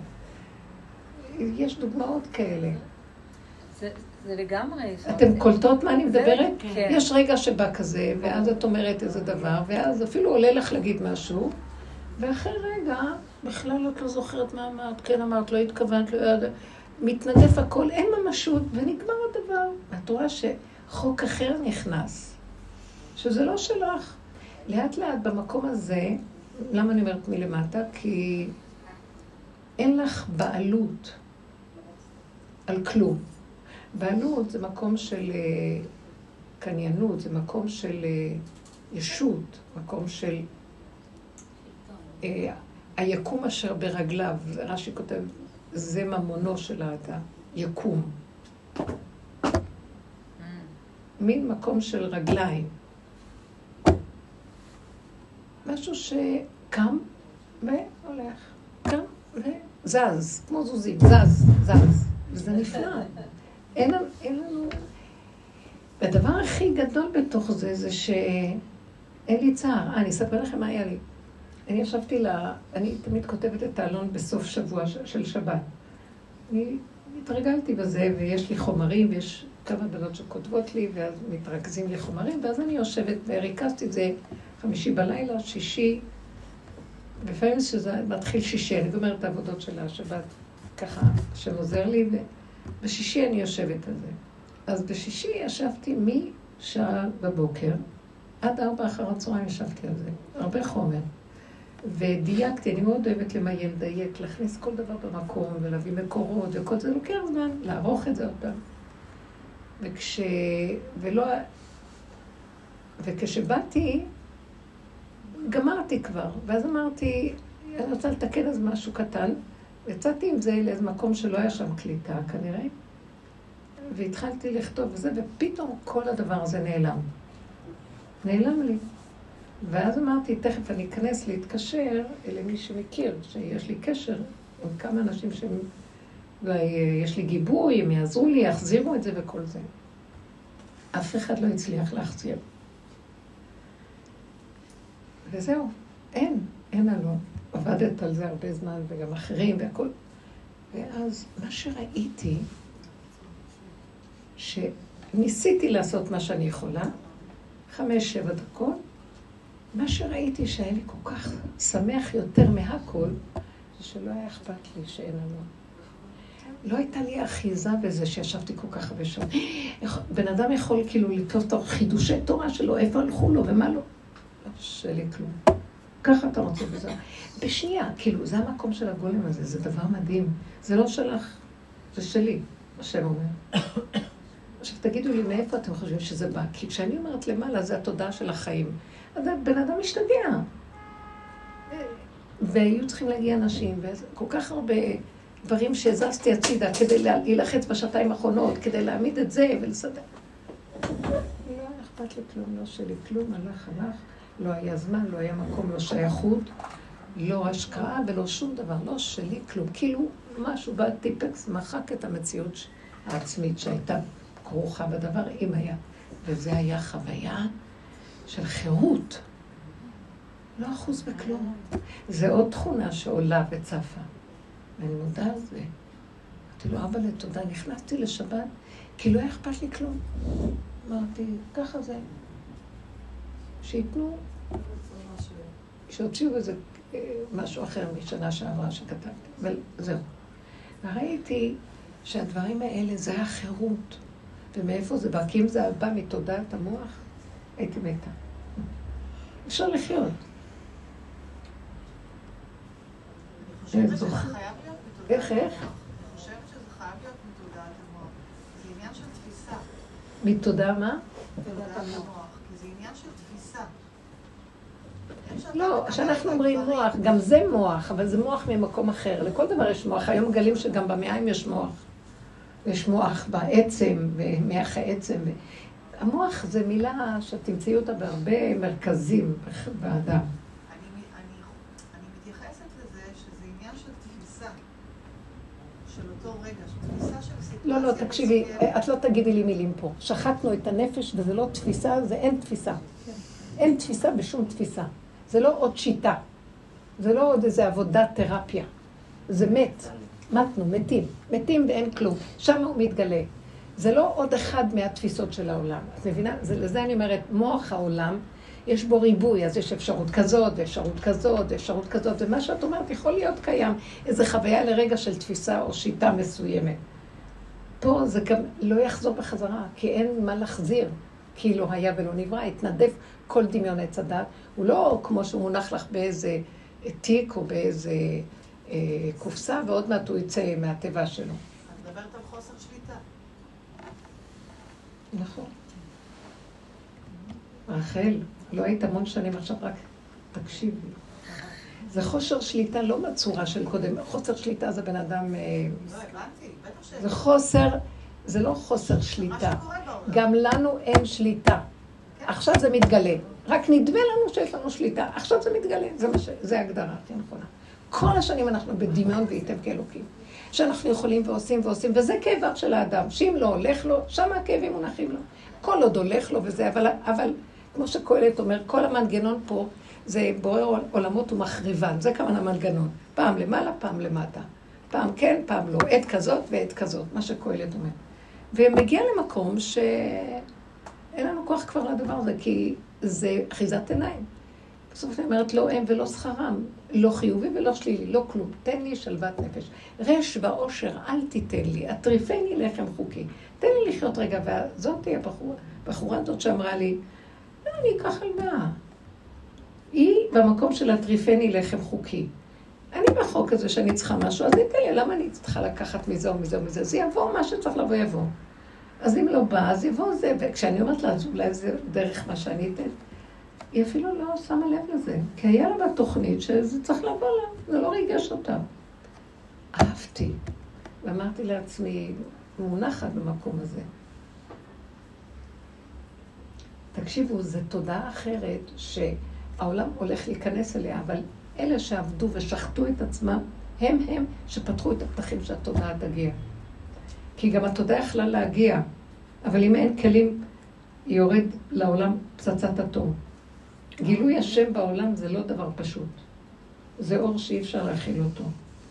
יש דוגמאות כאלה. זה, זה לגמרי... אתם קולטות מה אני מדברת? כן. יש רגע שבא כזה, ואז את אומרת איזה דבר, ואז אפילו עולה לך להגיד משהו, ואחרי רגע, בכלל את לא זוכרת מה אמרת, כן אמרת, לא התכוונת, לא יודעת, מתנדף הכל, אין ממשות, ונגמר הדבר. את רואה שחוק אחר נכנס, שזה לא שלך. לאט לאט במקום הזה, למה אני אומרת מלמטה? כי אין לך בעלות על כלום. בעלות זה מקום של קניינות, זה מקום של ישות, מקום של היקום אשר ברגליו. רש"י כותב, זה ממונו של האדם, יקום. מין מקום של רגליים. משהו שקם והולך, קם וזז, כמו זוזים, זז, זז. וזה נפלא. אין, אין לנו... והדבר הכי גדול בתוך זה, זה שאין לי צער. אה, אני אספר לכם מה היה לי. אני ישבתי לה... אני תמיד כותבת את האלון בסוף שבוע של שבת. אני התרגלתי בזה, ויש לי חומרים, ויש כמה בנות שכותבות לי, ואז מתרכזים לי חומרים, ואז אני יושבת וריכזתי את זה חמישי בלילה, שישי, לפעמים שזה מתחיל שישי, אני גומרת את העבודות של השבת, ככה, שעוזר לי, בשישי אני יושבת על זה. אז בשישי ישבתי משעה בבוקר, עד ארבע אחר הצהריים ישבתי על זה. הרבה חומר. ודייקתי, אני מאוד אוהבת למיין, דייק, להכניס כל דבר במקום, ולהביא מקורות, וכל זה לוקח זמן, לערוך את זה עוד פעם. וכש... ולא... וכשבאתי, גמרתי כבר, ואז אמרתי, אני רוצה לתקן אז משהו קטן, ויצאתי עם זה לאיזה מקום שלא היה שם קליטה כנראה, והתחלתי לכתוב וזה, ופתאום כל הדבר הזה נעלם. נעלם לי. ואז אמרתי, תכף אני אכנס להתקשר למי שמכיר, שיש לי קשר עם כמה אנשים שהם, ויש לי גיבוי, הם יעזרו לי, יחזירו את זה וכל זה. אף אחד לא הצליח להחזיר. וזהו, אין, אין עלו. עבדת על זה הרבה זמן, וגם אחרים והכל. ואז מה שראיתי, שניסיתי לעשות מה שאני יכולה, חמש, שבע דקות, מה שראיתי שהיה לי כל כך שמח יותר מהכל, זה שלא היה אכפת לי שאין לנו. לא הייתה לי אחיזה בזה שישבתי כל כך הרבה שעות. בן אדם יכול כאילו לכתוב את חידושי תורה שלו, איפה הלכו לו ומה לא. שלי כלום. ככה אתה רוצה בזה. בשנייה, כאילו, זה המקום של הגולם הזה, זה דבר מדהים. זה לא שלך, זה שלי, השם אומר. עכשיו תגידו לי, מאיפה אתם חושבים שזה בא? כי כשאני אומרת למעלה, זה התודעה של החיים. אז בן אדם משתגע. והיו צריכים להגיע אנשים, וכל כך הרבה דברים שהזזתי הצידה כדי להילחץ בשעתיים האחרונות, כדי להעמיד את זה ולסדר. לא היה אכפת לי כלום, לא שלי כלום, הלך, הלך. לא היה זמן, לא היה מקום, לא שייכות, לא השקעה ולא שום דבר, לא שלי כלום. כאילו משהו בטיפקס מחק את המציאות העצמית שהייתה כרוכה בדבר, אם היה. וזה היה חוויה של חירות. לא אחוז בכלום. זה עוד תכונה שעולה וצפה. ואני מודה על זה. אמרתי לו, אבא לתודה, נכנסתי לשבת, כי לא היה אכפת לי כלום. אמרתי, ככה זה. שיתנו, שהוציאו איזה משהו אחר משנה שעברה שכתבתי, אבל זהו. וראיתי שהדברים האלה זה החירות, ומאיפה זה בא? כי אם זה בא מתודעת המוח, הייתי מתה. אפשר לחיות. אני חושבת שזה חייב להיות מתודעת המוח. איך, איך? אני חושבת שזה חייב להיות מתודעת המוח. זה עניין של תפיסה. מתודעה מה? מתודעת המוח. כי זה עניין של תפיסה. לא, כשאנחנו אומרים מוח, גם זה מוח, אבל זה מוח ממקום אחר. לכל דבר יש מוח. היום מגלים שגם במעיים יש מוח. יש מוח בעצם, ומח העצם. המוח זה מילה שתמצאי אותה בהרבה מרכזים באדם. אני, אני, אני מתייחסת לזה שזה עניין של תפיסה. של אותו רגע, של תפיסה של סיטואציה. לא, לא, תקשיבי, את לא תגידי לי מילים פה. שחטנו את הנפש וזה לא תפיסה, זה אין תפיסה. אין תפיסה בשום תפיסה. זה לא עוד שיטה. זה לא עוד איזו עבודת תרפיה. זה מת. מתנו, מתים. מתים ואין כלום. שם הוא מתגלה. זה לא עוד אחד מהתפיסות של העולם. את מבינה? זה, לזה אני אומרת, מוח העולם, יש בו ריבוי, אז יש אפשרות כזאת, אפשרות כזאת, אפשרות כזאת, ומה שאת אומרת יכול להיות קיים. איזו חוויה לרגע של תפיסה או שיטה מסוימת. פה זה גם לא יחזור בחזרה, כי אין מה להחזיר. כי לא היה ולא נברא, התנדף כל דמיון עץ הדת. הוא לא כמו שהוא מונח לך באיזה תיק או באיזה אה, קופסה, ועוד מעט הוא יצא מהטבע שלו. את מדברת על חוסר שליטה. נכון. רחל, לא היית המון שנים עכשיו, רק תקשיבי. זה חוסר שליטה לא בצורה של קודם. חוסר שליטה זה בן אדם... לא, הבנתי, בטח ש... זה חוסר, זה לא חוסר שליטה. גם לנו אין שליטה. עכשיו זה מתגלה. רק נדמה לנו שיש לנו שליטה. עכשיו זה מתגלה. זה, ש... זה הגדרה הכי נכונה. כל השנים אנחנו בדמיון והייתם כאלוקים. שאנחנו יכולים ועושים ועושים, וזה כאביו של האדם. שאם לא הולך לו, שם הכאבים מונחים לו. כל עוד הולך לו וזה, אבל, אבל כמו שקהלת אומר, כל המנגנון פה זה בורא עולמות ומחריבן. זה כמובן המנגנון. פעם למעלה, פעם למטה. פעם כן, פעם לא. עת כזאת ועת כזאת, מה שקהלת אומר. ומגיע למקום שאין לנו כוח כבר לדבר הזה, כי זה אחיזת עיניים. בסוף אני אומרת, לא הם ולא שכרם, לא חיובי ולא שלילי, לא כלום. תן לי שלוות נפש. רש ועושר, אל תיתן לי, אטריפני לחם חוקי. תן לי לחיות רגע, וזאת היא הבחורה, הבחורה הזאת שאמרה לי, לא, אני אקח הלוואה. היא במקום של אטריפני לחם חוקי. אני בחוק הזה שאני צריכה משהו, אז ניתן לי, למה אני צריכה לקחת מזה או מזה או מזה? זה יבוא, מה שצריך לבוא יבוא. אז אם לא בא, אז יבוא זה, וכשאני אומרת לה, אז אולי זה דרך מה שאני אתן, היא אפילו לא שמה לב לזה, כי היה לה בתוכנית שזה צריך לבוא לה, זה לא ריגש אותה. אהבתי, ואמרתי לעצמי, מונחת במקום הזה. תקשיבו, זו תודעה אחרת שהעולם הולך להיכנס אליה, אבל אלה שעבדו ושחטו את עצמם, הם הם שפתחו את הפתחים שהתודעה תגיע. כי גם התודעה יכלה להגיע, אבל אם אין כלים, היא יורד לעולם פצצת אטום. גילוי השם בעולם זה לא דבר פשוט. זה אור שאי אפשר להכיל אותו.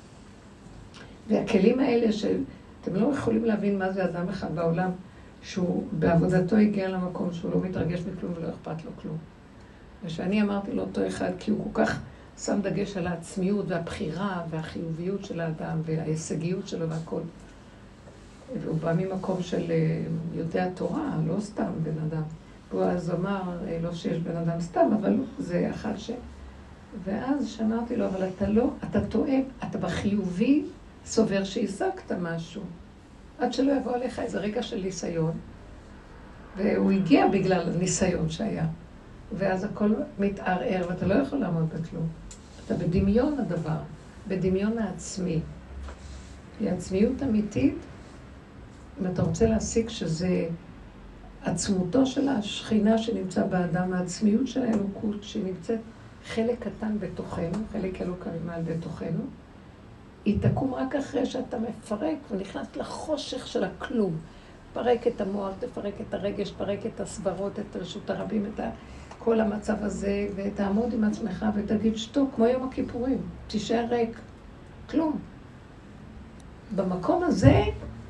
והכלים האלה שאתם לא יכולים להבין מה זה אדם אחד בעולם, שהוא בעבודתו הגיע למקום שהוא לא מתרגש מכלום ולא אכפת לו כלום. ושאני אמרתי לו אותו אחד, כי הוא כל כך שם דגש על העצמיות והבחירה והחיוביות של האדם וההישגיות שלו והכל. והוא בא ממקום של יודע תורה, לא סתם בן אדם. הוא אז אמר, לא שיש בן אדם סתם, אבל זה אחד ש... ואז שאמרתי לו, אבל אתה לא, אתה טועה, אתה בחיובי סובר שהשגת משהו. עד שלא יבוא עליך איזה רגע של ניסיון, והוא הגיע בגלל הניסיון שהיה. ואז הכל מתערער, ואתה לא יכול לעמוד בכלום. אתה בדמיון הדבר, בדמיון העצמי. היא עצמיות אמיתית, אם אתה רוצה להסיק שזה עצמותו של השכינה שנמצא באדם, העצמיות של האלוקות שנמצאת חלק קטן בתוכנו, חלק אלוקה ממעל בתוכנו, היא תקום רק אחרי שאתה מפרק ונכנס לחושך של הכלום. פרק את המוח, תפרק את הרגש, פרק את הסברות, את רשות הרבים, את כל המצב הזה, ותעמוד עם עצמך ותגיד שתוק, כמו יום הכיפורים, תישאר ריק, כלום. במקום הזה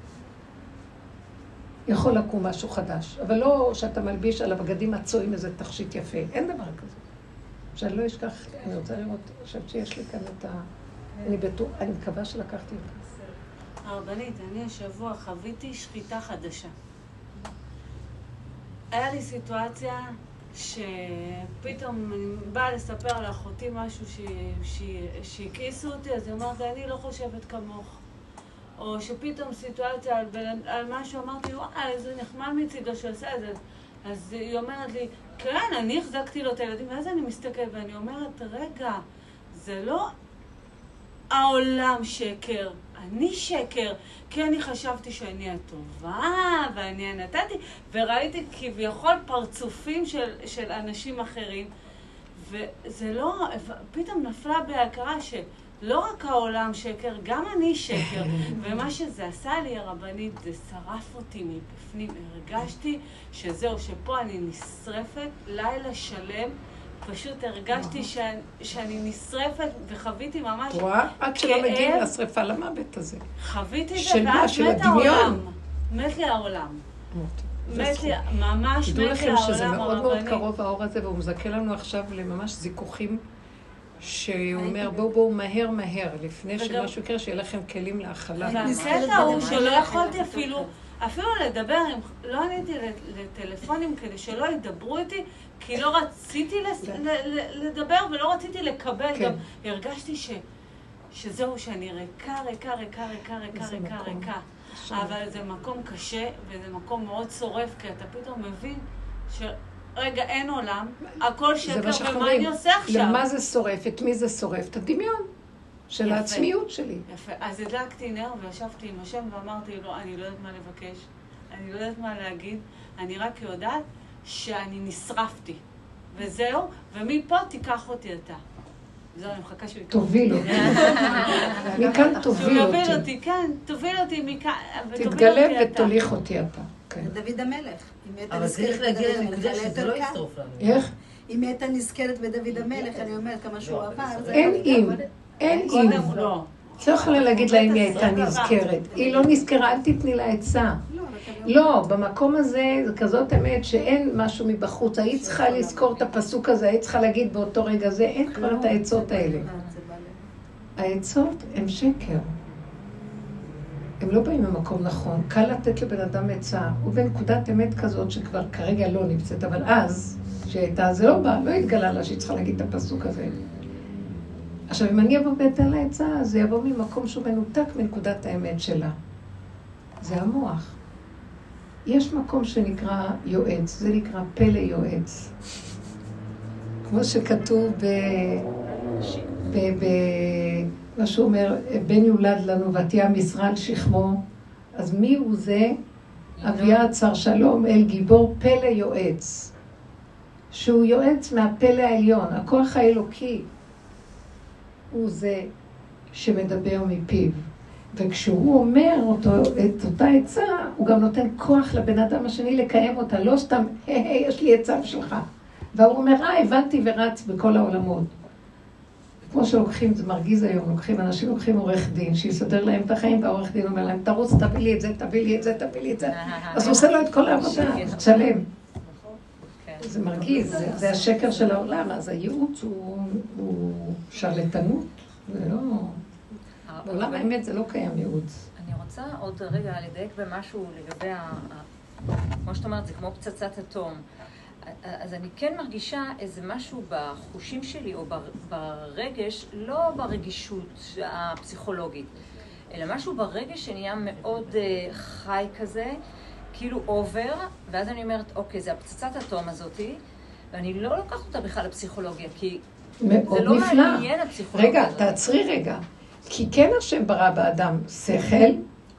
יכול לקום משהו חדש, אבל לא שאתה מלביש על הבגדים הצועים איזה תכשיט יפה, אין דבר כזה. שאני לא אשכח, אני רוצה לראות, אני חושבת שיש לי כאן את ה... אני בטוח, אני מקווה שלקחתי אותה. הרבנית, אני השבוע חוויתי שחיטה חדשה. היה לי סיטואציה שפתאום אני באה לספר לאחותי משהו שהכיסו אותי, אז היא אומרת, אני לא חושבת כמוך. או שפתאום סיטואציה על, על משהו, אמרתי, וואי, איזה נחמד מצידו שעושה את זה. אז היא אומרת לי, כן, אני החזקתי לו את הילדים, ואז אני מסתכלת ואני אומרת, רגע, זה לא העולם שקר, אני שקר, כי אני חשבתי שאני הטובה, ואני נתתי, וראיתי כביכול פרצופים של, של אנשים אחרים, וזה לא, פתאום נפלה בהכרה ש... לא רק העולם שקר, גם אני שקר. ומה שזה עשה לי, הרבנית, זה שרף אותי מבפנים. הרגשתי שזהו, שפה אני נשרפת, לילה שלם, פשוט הרגשתי שאני, שאני נשרפת, וחוויתי ממש... רואה? עד שלא מגיעים לשרפה למוות הזה. חוויתי את זה, ואז מת העולם. מת לי העולם. מת לי, ממש מת לי העולם, תדעו לכם שזה מאוד מאוד קרוב האור הזה, והוא מזכה לנו עכשיו לממש זיכוכים, שהוא אומר, בואו בואו מהר מהר, לפני שמשהו יקרה, שיהיה לכם כלים להאכלה. והקטע הוא שלא יכולתי אפילו, אפילו לדבר, לא עניתי לטלפונים כדי שלא ידברו איתי, כי לא רציתי לדבר ולא רציתי לקבל, גם הרגשתי שזהו, שאני ריקה, ריקה, ריקה, ריקה, ריקה, ריקה, ריקה. אבל זה מקום קשה, וזה מקום מאוד צורף, כי אתה פתאום מבין ש... רגע, אין עולם, הכל שקר, ומה אני עושה עכשיו? למה זה שורף? את מי זה שורף? את הדמיון של העצמיות שלי. יפה. אז הדלקתי נר וישבתי עם השם ואמרתי לו, אני לא יודעת מה לבקש, אני לא יודעת מה להגיד, אני רק יודעת שאני נשרפתי. וזהו, ומפה תיקח אותי אתה. זהו, אני מחכה שהוא... תוביל אותי. מכאן תוביל אותי. שהוא יוביל אותי, כן, תוביל אותי מכאן. תתגלה ותוליך אותי אתה. דוד המלך. אבל צריך להגיע לנקודה שזה לא ישרוף לנו. איך? אם הייתה נזכרת בדוד המלך, אני אומרת כמה שהוא עבר. אין אם. אין אם. לא יכולה להגיד לה אם היא הייתה נזכרת. היא לא נזכרה, אל תתני לה עצה. לא, במקום הזה זה כזאת אמת שאין משהו מבחוץ. היית צריכה לזכור את הפסוק הזה, היית צריכה להגיד באותו רגע זה, אין כבר את העצות האלה. העצות הם שקר. הם לא באים ממקום נכון. קל לתת לבן אדם עצה. הוא בנקודת אמת כזאת שכבר כרגע לא נמצאת, אבל אז, שהייתה, זה לא בא, לא התגלה לה שהיא צריכה להגיד את הפסוק הזה. עכשיו, אם אני אבוא ואתן לה עצה, זה יבוא ממקום שהוא מנותק מנקודת האמת שלה. זה המוח. יש מקום שנקרא יועץ, זה נקרא פלא יועץ. כמו שכתוב ב... ב... ב... מה שהוא אומר, בן יולד לנו ותהיה משרה על שכמו, אז מי הוא זה? אביה צר שלום אל גיבור פלא יועץ. שהוא יועץ מהפלא העליון, הכוח האלוקי. הוא זה שמדבר מפיו. וכשהוא אומר אותו, את אותה עצה, הוא גם נותן כוח לבן אדם השני לקיים אותה, לא סתם, היי, היי, יש לי עצה שלך. והוא אומר, אה, הבנתי ורץ בכל העולמות. כמו שלוקחים, זה מרגיז היום, לוקחים, אנשים לוקחים עורך דין, שיסדר להם את החיים, והעורך דין אומר להם, תרוץ, תביא לי את זה, תביא לי את זה, תביא לי את זה. אז הוא עושה לו את כל העבודה, תשלם. זה מרגיז, זה השקר של העולם, אז הייעוץ הוא שרלטנות, זה לא... בעולם האמת זה לא קיים ייעוץ. אני רוצה עוד רגע לדייק במשהו לגבי ה... כמו שאת אומרת, זה כמו פצצת אטום. אז אני כן מרגישה איזה משהו בחושים שלי או ברגש, לא ברגישות הפסיכולוגית, אלא משהו ברגש שנהיה מאוד חי כזה, כאילו עובר, ואז אני אומרת, אוקיי, זה הפצצת אטום הזאתי, ואני לא לוקחת אותה בכלל לפסיכולוגיה, כי זה לא מעניין הפסיכולוגיה. רגע, תעצרי רגע. כי כן השם ברא באדם שכל,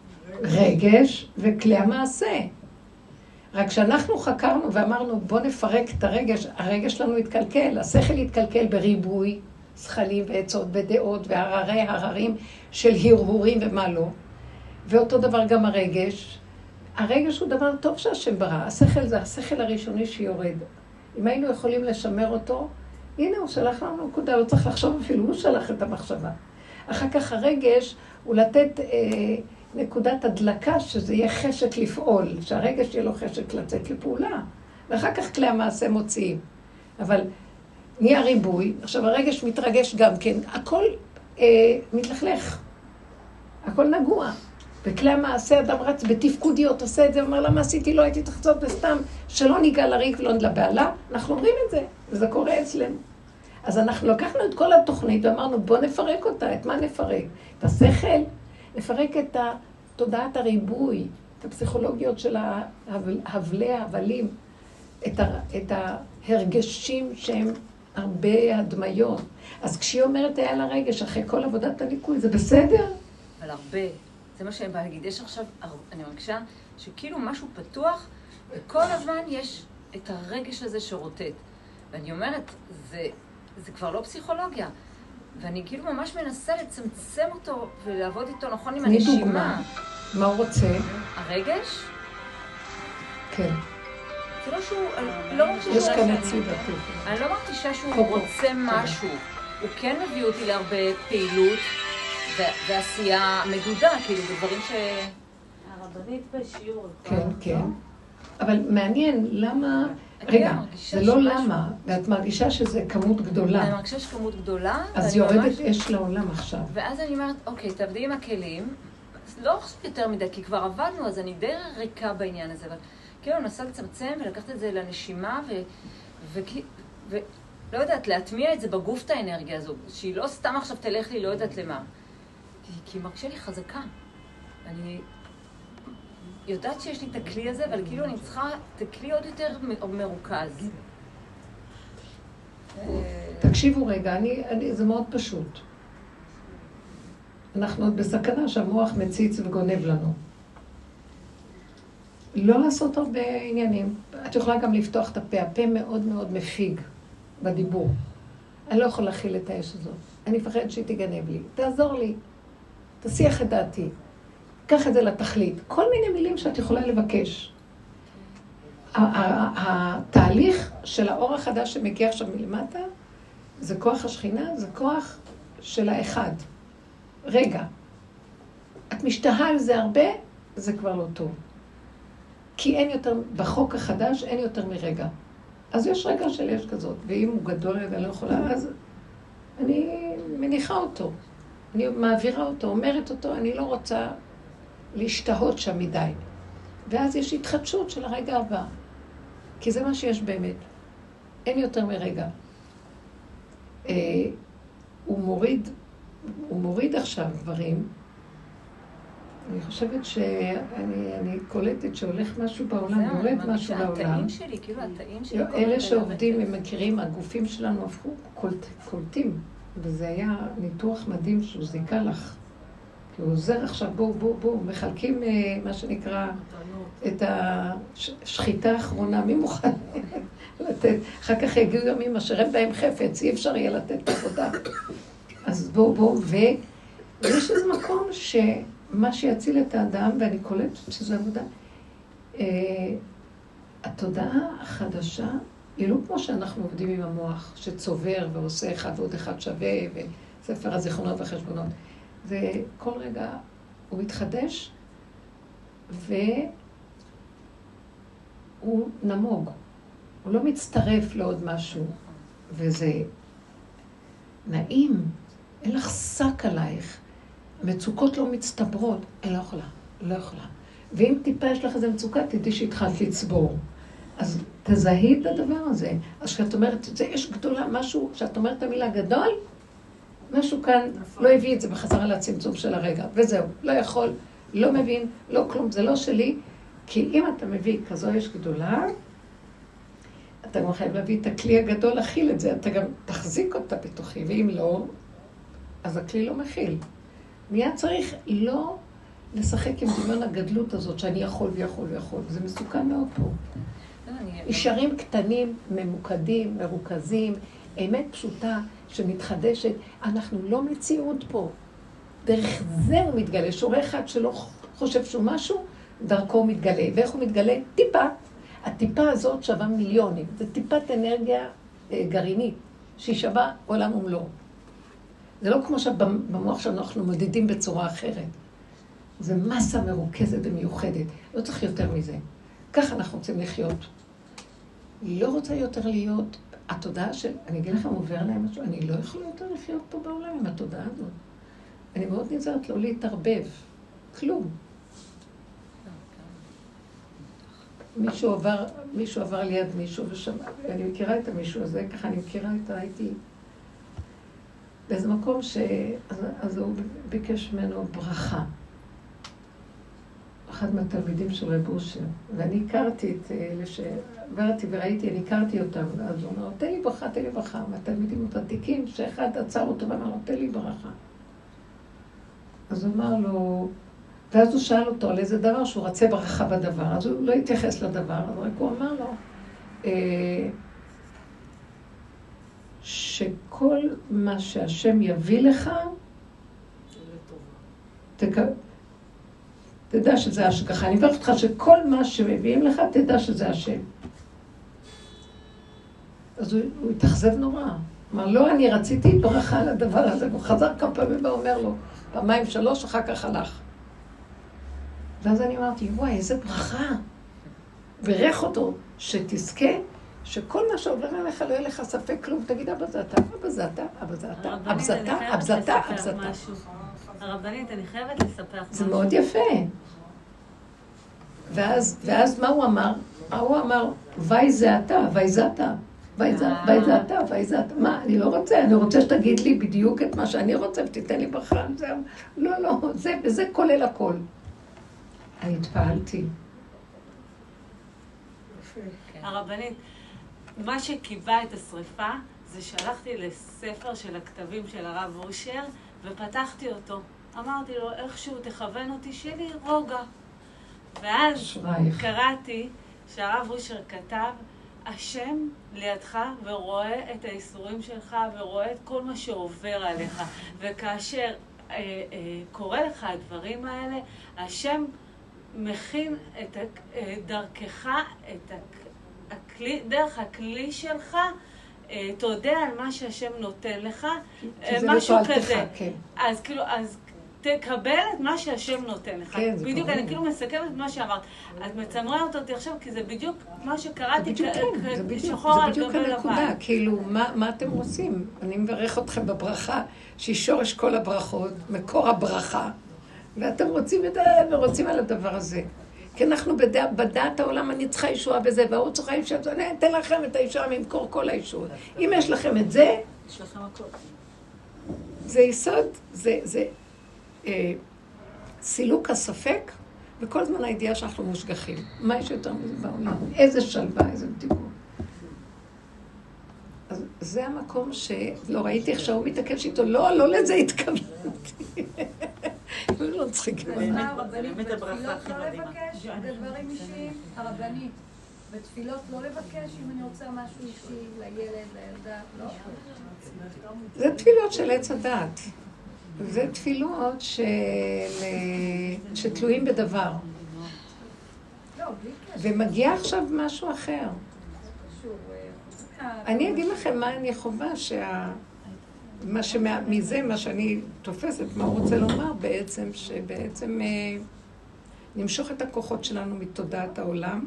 רגש וכלי המעשה. רק שאנחנו חקרנו ואמרנו בוא נפרק את הרגש, הרגש שלנו התקלקל, השכל התקלקל בריבוי, שכלים ועצות ודעות והררי הררים של הרהורים ומה לא. ואותו דבר גם הרגש. הרגש הוא דבר טוב שהשם ברא, השכל זה השכל הראשוני שיורד. אם היינו יכולים לשמר אותו, הנה הוא שלח לנו נקודה, לא צריך לחשוב אפילו, הוא שלח את המחשבה. אחר כך הרגש הוא לתת אה, נקודת הדלקה, שזה יהיה חשק לפעול, שהרגש יהיה לו חשק לצאת לפעולה, ואחר כך כלי המעשה מוציאים. אבל נהיה ריבוי, עכשיו הרגש מתרגש גם כן, הכל אה, מתלכלך, הכל נגוע. וכלי המעשה אדם רץ בתפקודיות, עושה את זה, אומר למה עשיתי, לא הייתי תחצות בסתם, שלא ניגע לריק ולא לבעלה, אנחנו אומרים את זה, וזה קורה אצלנו. אז אנחנו לקחנו את כל התוכנית ואמרנו, בוא נפרק אותה. את מה נפרק? את השכל? נפרק את תודעת הריבוי, את הפסיכולוגיות של ההבלי ההבלים, את, ה, את ההרגשים שהם הרבה הדמיות. אז כשהיא אומרת היה לה רגש אחרי כל עבודת הניקוי, זה בסדר? אבל הרבה. זה מה שאני באה להגיד. יש עכשיו, אני מרגישה שכאילו משהו פתוח, וכל הזמן יש את הרגש הזה שרוטט. ואני אומרת, זה... זה כבר לא פסיכולוגיה, ואני כאילו ממש מנסה לצמצם אותו ולעבוד איתו נכון עם הנשימה. דוגמה. מה הוא רוצה? הרגש? כן. זה לא שהוא, לא מרגישה יש כאן הצידה. אני לא מרגישה שהוא רוצה משהו. הוא כן מביא אותי להרבה פעילות ועשייה מדודה, כאילו בדברים ש... הרבנית בשיעור. כן, כן. אבל מעניין למה... רגע, זה לא למה, ואת מרגישה שזה כמות גדולה. אני מרגישה שכמות גדולה. אז יורדת אש לעולם עכשיו. ואז אני אומרת, אוקיי, תעבדי עם הכלים, לא יותר מדי, כי כבר עבדנו, אז אני די ריקה בעניין הזה, אבל כאילו אני מנסה לצמצם ולקחת את זה לנשימה, ולא יודעת, להטמיע את זה בגוף את האנרגיה הזו, שהיא לא סתם עכשיו תלך לי, לא יודעת למה. כי היא מרגישה לי חזקה. אני... יודעת שיש לי את הכלי הזה, אבל כאילו אני צריכה את הכלי עוד יותר מרוכז. תקשיבו רגע, אני, אני, זה מאוד פשוט. אנחנו עוד בסכנה שהמוח מציץ וגונב לנו. לא לעשות הרבה עניינים. את יכולה גם לפתוח את הפה, הפה מאוד מאוד מפיג בדיבור. אני לא יכולה להכיל את האש הזאת. אני מפחדת שהיא תגנב לי. תעזור לי. תסיח את דעתי. קח את זה לתכלית. כל מיני מילים שאת יכולה לבקש. התהליך של האור החדש שמגיע עכשיו מלמטה, זה כוח השכינה, זה כוח של האחד. רגע, את משתהה על זה הרבה, זה כבר לא טוב. כי אין יותר, בחוק החדש אין יותר מרגע. אז יש רגע של יש כזאת, ואם הוא גדול ואני לא יכולה, אז אני מניחה אותו. אני מעבירה אותו, אומרת אותו, אני לא רוצה להשתהות שם מדי. ואז יש התחדשות של הרגע הבא. כי זה מה שיש באמת. אין יותר מרגע. אה, הוא מוריד, הוא מוריד עכשיו דברים. אני חושבת שאני אני קולטת שהולך משהו בעולם, יורד משהו בעולם. התאים שלי, כאילו התאים שלי... אלה שעובדים, הם מכירים, הגופים שלנו הפכו קולט, קולטים. וזה היה ניתוח מדהים שהוא זיקה לך. כי הוא עוזר עכשיו, בואו, בואו, בואו, מחלקים מה שנקרא את השחיטה האחרונה, מי מוכן לתת? אחר כך יגיעו ימים אשר אין בהם חפץ, אי אפשר יהיה לתת עבודה. אז בואו, בואו, ויש איזה מקום שמה שיציל את האדם, ואני קולטת שזו עבודה, התודעה החדשה, היא לא כמו שאנחנו עובדים עם המוח, שצובר ועושה אחד ועוד אחד שווה, וספר הזיכרונות והחשבונות. וכל רגע הוא מתחדש, והוא נמוג. הוא לא מצטרף לעוד משהו, וזה נעים. אין לך שק עלייך. מצוקות לא מצטברות. אני לא יכולה, לא יכולה. ואם טיפה יש לך איזה מצוקה, תדעי שהתחלת לצבור. אז תזהי את הדבר הזה. אז כשאת אומרת, זה יש גדולה, משהו, כשאת אומרת את המילה גדול, משהו כאן לא הביא את זה בחזרה לצמצום של הרגע. וזהו, לא יכול, לא מבין, לא כלום, זה לא שלי. כי אם אתה מביא כזו יש גדולה, אתה גם חייב להביא את הכלי הגדול להכיל את זה, אתה גם תחזיק אותה בתוכי, ואם לא, אז הכלי לא מכיל. מיד צריך לא לשחק עם דמיון הגדלות הזאת, שאני יכול ויכול ויכול. זה מסוכן מאוד פה. ישרים קטנים, ממוקדים, מרוכזים, אמת פשוטה שמתחדשת. אנחנו לא מציאות פה. דרך זה הוא מתגלה. שורה אחד שלא חושב שהוא משהו, דרכו הוא מתגלה. ואיך הוא מתגלה? טיפה. הטיפה הזאת שווה מיליונים. זה טיפת אנרגיה גרעינית, שהיא שווה עולם ומלואו. זה לא כמו שבמוח שאנחנו מודדים בצורה אחרת. זה מסה מרוכזת ומיוחדת. לא צריך יותר מזה. ככה אנחנו רוצים לחיות. לא רוצה יותר להיות, התודעה של, אני אגיד לכם, עובר להם משהו, אני לא יכולה יותר לחיות פה בעולם עם התודעה הזאת. אני מאוד נזהרת לא להתערבב. כלום. מישהו עבר, מישהו עבר ליד מישהו ושמע, אני מכירה את המישהו הזה, ככה אני מכירה את הייתי באיזה מקום ש... אז, אז הוא ביקש ממנו ברכה. אחד מהתלמידים של רב אושר, ואני הכרתי את אלה שעברתי וראיתי, אני הכרתי אותם, אז הוא אומר, תן לי ברכה, תן לי ברכה, מהתלמידים הוותיקים, שאחד עצר אותו ואמר לו, תן לי ברכה. אז הוא אמר לו, ואז הוא שאל אותו על איזה דבר שהוא רצה ברכה בדבר, אז הוא לא התייחס לדבר, אז רק הוא אמר לו, אה, שכל מה שהשם יביא לך, תקבל. תדע שזה השגחה. אני מברך אותך שכל מה שמביאים לך, תדע שזה השם. אז הוא, הוא התאכזב נורא. אמר, לא, אני רציתי ברכה על הדבר הזה. הוא חזר כמה פעמים ואומר לו, פעמיים שלוש, אחר כך הלך. ואז אני אמרתי, וואי, איזה ברכה. ברך אותו, שתזכה, שכל מה שעובר עליך לא יהיה לך ספק כלום. תגיד, אבא זה אתה, אבא זה אתה, אבא זה אתה, אבא זה אתה, אבא זה אתה, אבא זה אתה. הרבנית, אני חייבת לספר משהו. זה מאוד יפה. ואז, ואז מה הוא אמר? הוא אמר, וי זה אתה, וי זה אתה, וי זה אתה, וי זה אתה. מה, אני לא רוצה, אני רוצה שתגיד לי בדיוק את מה שאני רוצה ותיתן לי ברכה. לא, לא, זה, וזה כולל הכל. אני התפעלתי. הרבנית, מה שקיבע את השריפה זה שהלכתי לספר של הכתבים של הרב אושר ופתחתי אותו. אמרתי לו, איכשהו תכוון אותי שלי רוגע. ואז שרייך. קראתי שהרב אושר כתב, השם לידך ורואה את האיסורים שלך ורואה את כל מה שעובר עליך. וכאשר אה, אה, קורה לך הדברים האלה, השם מכין את אה, דרכך, את הכלי, דרך הכלי שלך, אה, תודה על מה שהשם נותן לך, אה, משהו כזה. כן. אז כאילו, אז תקבל את מה שהשם נותן לך. כן, זה בדיוק, ברור. אני כאילו מסכמת את מה שאמרת. את מצמררת אותי עכשיו, כי זה בדיוק מה שקראתי בדיוק כן, זה כ- בדיוק, שחור זה על בדיוק גבי הנקודה, לבן. כאילו, מה, מה אתם רוצים? אני מברך אתכם בברכה, שהיא שורש כל הברכות, מקור הברכה, ואתם רוצים את זה, ורוצים על הדבר הזה. כי אנחנו בדע, בדעת העולם, אני צריכה ישועה בזה, והוא צריכה ישועה בזה, אני אתן לכם את הישועה ממקור כל הישועות. אם יש לכם את זה, יש לכם הכל. זה יסוד, זה, זה אה, סילוק הספק, וכל זמן הידיעה שאנחנו מושגחים. מה יש יותר מזה בעולם? איזה שלווה, איזה בדיוק. אז זה המקום שלא ראיתי איך שהוא מתעקש איתו, לא, לא לזה התכוונתי. הם לא צריכים. הרבנית, בתפילות לא לבקש בדברים אישיים, הרבנית, בתפילות לא לבקש אם אני רוצה משהו אישי, לילד, לילדה, לא? זה תפילות של עץ הדעת. זה תפילות של... שתלויים בדבר. לא, בלי קשר. ומגיע עכשיו משהו אחר. קשור. אה, אני אגיד לכם מה אני חובה, שה... מה שמה... מזה, מה שאני תופסת, מה הוא רוצה לומר בעצם, שבעצם אה, נמשוך את הכוחות שלנו מתודעת העולם,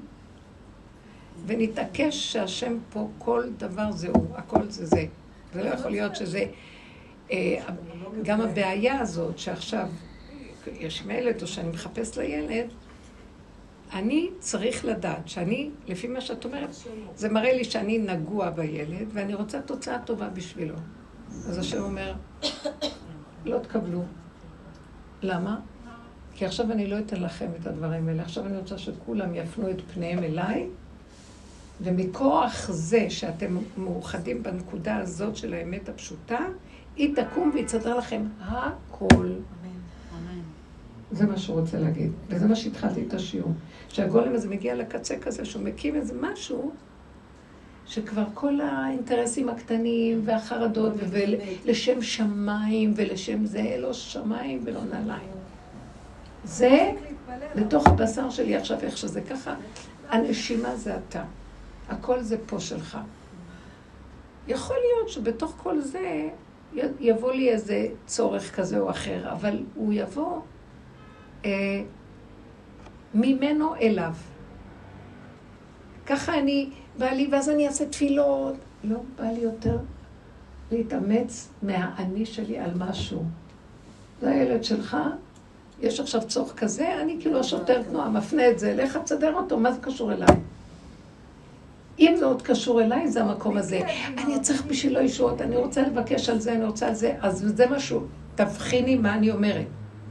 ונתעקש שהשם פה כל דבר זהו, הכל זה זה. זה לא יכול להיות שזה... אה, גם הבעיה הזאת שעכשיו יש עם הילד, או שאני מחפש לילד, אני צריך לדעת שאני, לפי מה שאת אומרת, זה מראה לי שאני נגוע בילד, ואני רוצה תוצאה טובה בשבילו. אז השם אומר, לא תקבלו. למה? כי עכשיו אני לא אתן לכם את הדברים האלה. עכשיו אני רוצה שכולם יפנו את פניהם אליי, ומכוח זה שאתם מאוחדים בנקודה הזאת של האמת הפשוטה, היא תקום ויצדר לכם הכל. זה מה שהוא רוצה להגיד, וזה מה שהתחלתי את השיעור. שהגולם הזה מגיע לקצה כזה, שהוא מקים איזה משהו, שכבר כל האינטרסים הקטנים והחרדות, ולשם שמיים ולשם זה, לא שמיים ולא נעליים. זה לתוך הבשר שלי עכשיו, איך שזה ככה, הנשימה זה אתה. הכל זה פה שלך. יכול להיות שבתוך כל זה יבוא לי איזה צורך כזה או אחר, אבל הוא יבוא אה, ממנו אליו. ככה אני, בא לי, ואז אני אעשה תפילות. לא בא לי יותר להתאמץ מהאני שלי על משהו. זה הילד שלך, יש עכשיו צורך כזה, אני כאילו השוטר תנועה, מפנה את זה, לך תסדר אותו, מה זה קשור אליי? אם זה עוד קשור אליי, זה המקום הזה. אני צריך בשבילו ישועות, אני רוצה לבקש על זה, אני רוצה על זה, אז זה משהו. תבחיני מה אני אומרת.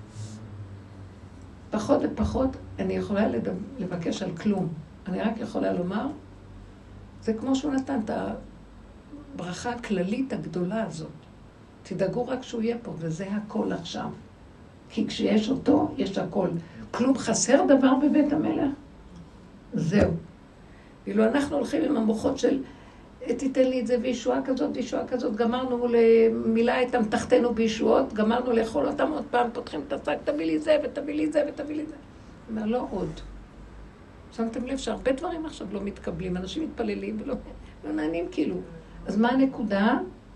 פחות ופחות אני יכולה לבקש על כלום. אני רק יכולה לומר, זה כמו שהוא נתן את הברכה הכללית הגדולה הזאת. תדאגו רק שהוא יהיה פה, וזה הכל עכשיו. כי כשיש אותו, יש הכל. כלום חסר דבר בבית המלך? זהו. ואילו אנחנו הולכים עם המוחות של, תיתן לי את זה בישועה כזאת, בישועה כזאת, גמרנו למילה איתם תחתנו בישועות, גמרנו לאכול אותם עוד פעם, פותחים את השק, תביא לי זה ותביא לי זה ותביא לי זה. אומר, לא עוד. שמתם לב שהרבה דברים עכשיו לא מתקבלים, אנשים מתפללים ולא לא נענים כאילו. אז מה הנקודה?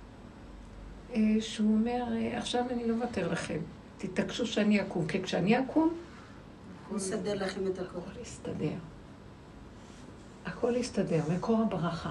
שהוא אומר, עכשיו אני לא מוותר לכם, תתעקשו שאני אקום, כי כשאני אקום, הוא יסדר לכם את הכל. הכל יסתדר. הכל יסתדר, מקור הברכה.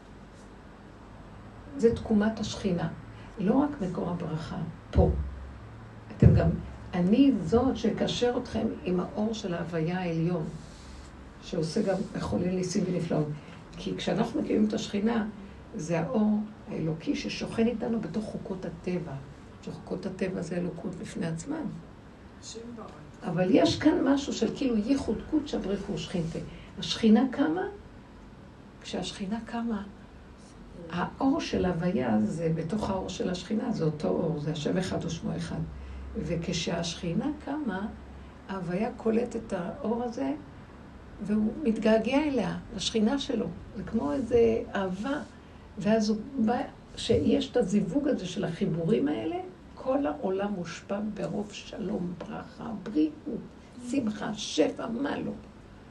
זה תקומת השכינה. לא רק מקור הברכה, פה. אתם גם, אני זאת שקשר אתכם עם האור של ההוויה העליון, שעושה גם מחולל ניסים ונפלאות. כי כשאנחנו מקימים את השכינה, זה האור האלוקי ששוכן איתנו בתוך חוקות הטבע. שחוקות הטבע זה אלוקות בפני עצמן. אבל יש כאן משהו של כאילו ייחוד קודשא בריך הוא שכינתה. השכינה קמה, כשהשכינה קמה, האור של ההוויה זה בתוך האור של השכינה, זה אותו אור, זה השם אחד ושמו אחד. וכשהשכינה קמה, ההוויה קולט את האור הזה, והוא מתגעגע אליה, לשכינה שלו. זה כמו איזה אהבה. ואז הוא בא, שיש את הזיווג הזה של החיבורים האלה, כל העולם מושפע ברוב שלום, ברכה, בריאות, שמחה, שפע, מה לא.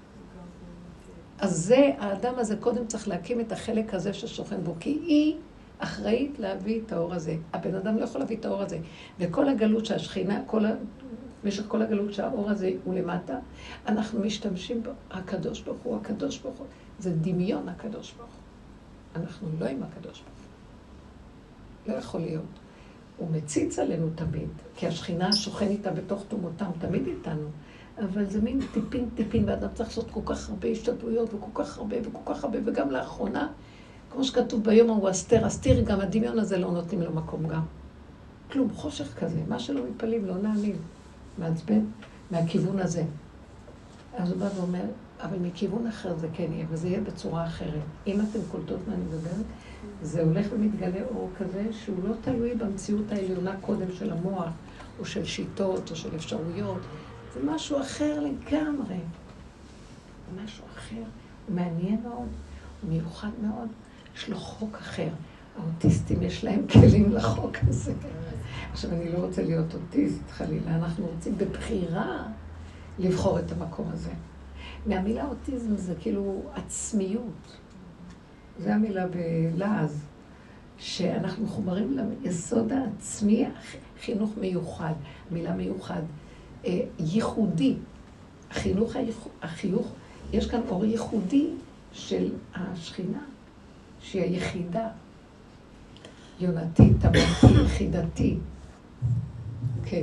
אז זה, האדם הזה קודם צריך להקים את החלק הזה ששוכן בו, כי היא אחראית להביא את האור הזה. הבן אדם לא יכול להביא את האור הזה. וכל הגלות שהשכינה, כל ה... במשך כל הגלות שהאור הזה הוא למטה, אנחנו משתמשים בו. הקדוש ברוך הוא, הקדוש ברוך הוא. זה דמיון הקדוש ברוך הוא. אנחנו לא עם הקדוש ברוך הוא. לא יכול להיות. הוא מציץ עלינו תמיד, כי השכינה שוכן איתה בתוך תומותם, תמיד איתנו. אבל זה מין טיפין טיפין, ואדם צריך לעשות כל כך הרבה השתדלויות, וכל כך הרבה וכל כך הרבה, וגם לאחרונה, כמו שכתוב ביום ההוא, אסתר, אסתיר, גם הדמיון הזה לא נותנים לו מקום גם. כלום, חושך כזה, מה שלא מפעלים, לא נענים. מעצבן מהכיוון הזה. אז הוא בא ואומר, אבל מכיוון אחר זה כן יהיה, וזה יהיה בצורה אחרת. אם אתם קולטות מה אני מדברת, זה הולך ומתגלה אור כזה, שהוא לא תלוי במציאות העליונה קודם של המוח, או של שיטות, או של אפשרויות. זה משהו אחר לגמרי. זה משהו אחר. הוא מעניין מאוד, הוא מיוחד מאוד. יש לו חוק אחר. האוטיסטים יש להם כלים לחוק הזה. עכשיו, אני לא רוצה להיות אוטיסט, חלילה. אנחנו רוצים בבחירה לבחור את המקום הזה. מהמילה אוטיזם זה כאילו עצמיות. זו המילה בלעז, שאנחנו חומרים ליסוד העצמי, חינוך מיוחד, מילה מיוחד, ייחודי. החינוך, החיוך, יש כאן אור ייחודי של השכינה, שהיא היחידה. יונתי, תמתי, יחידתי. כן.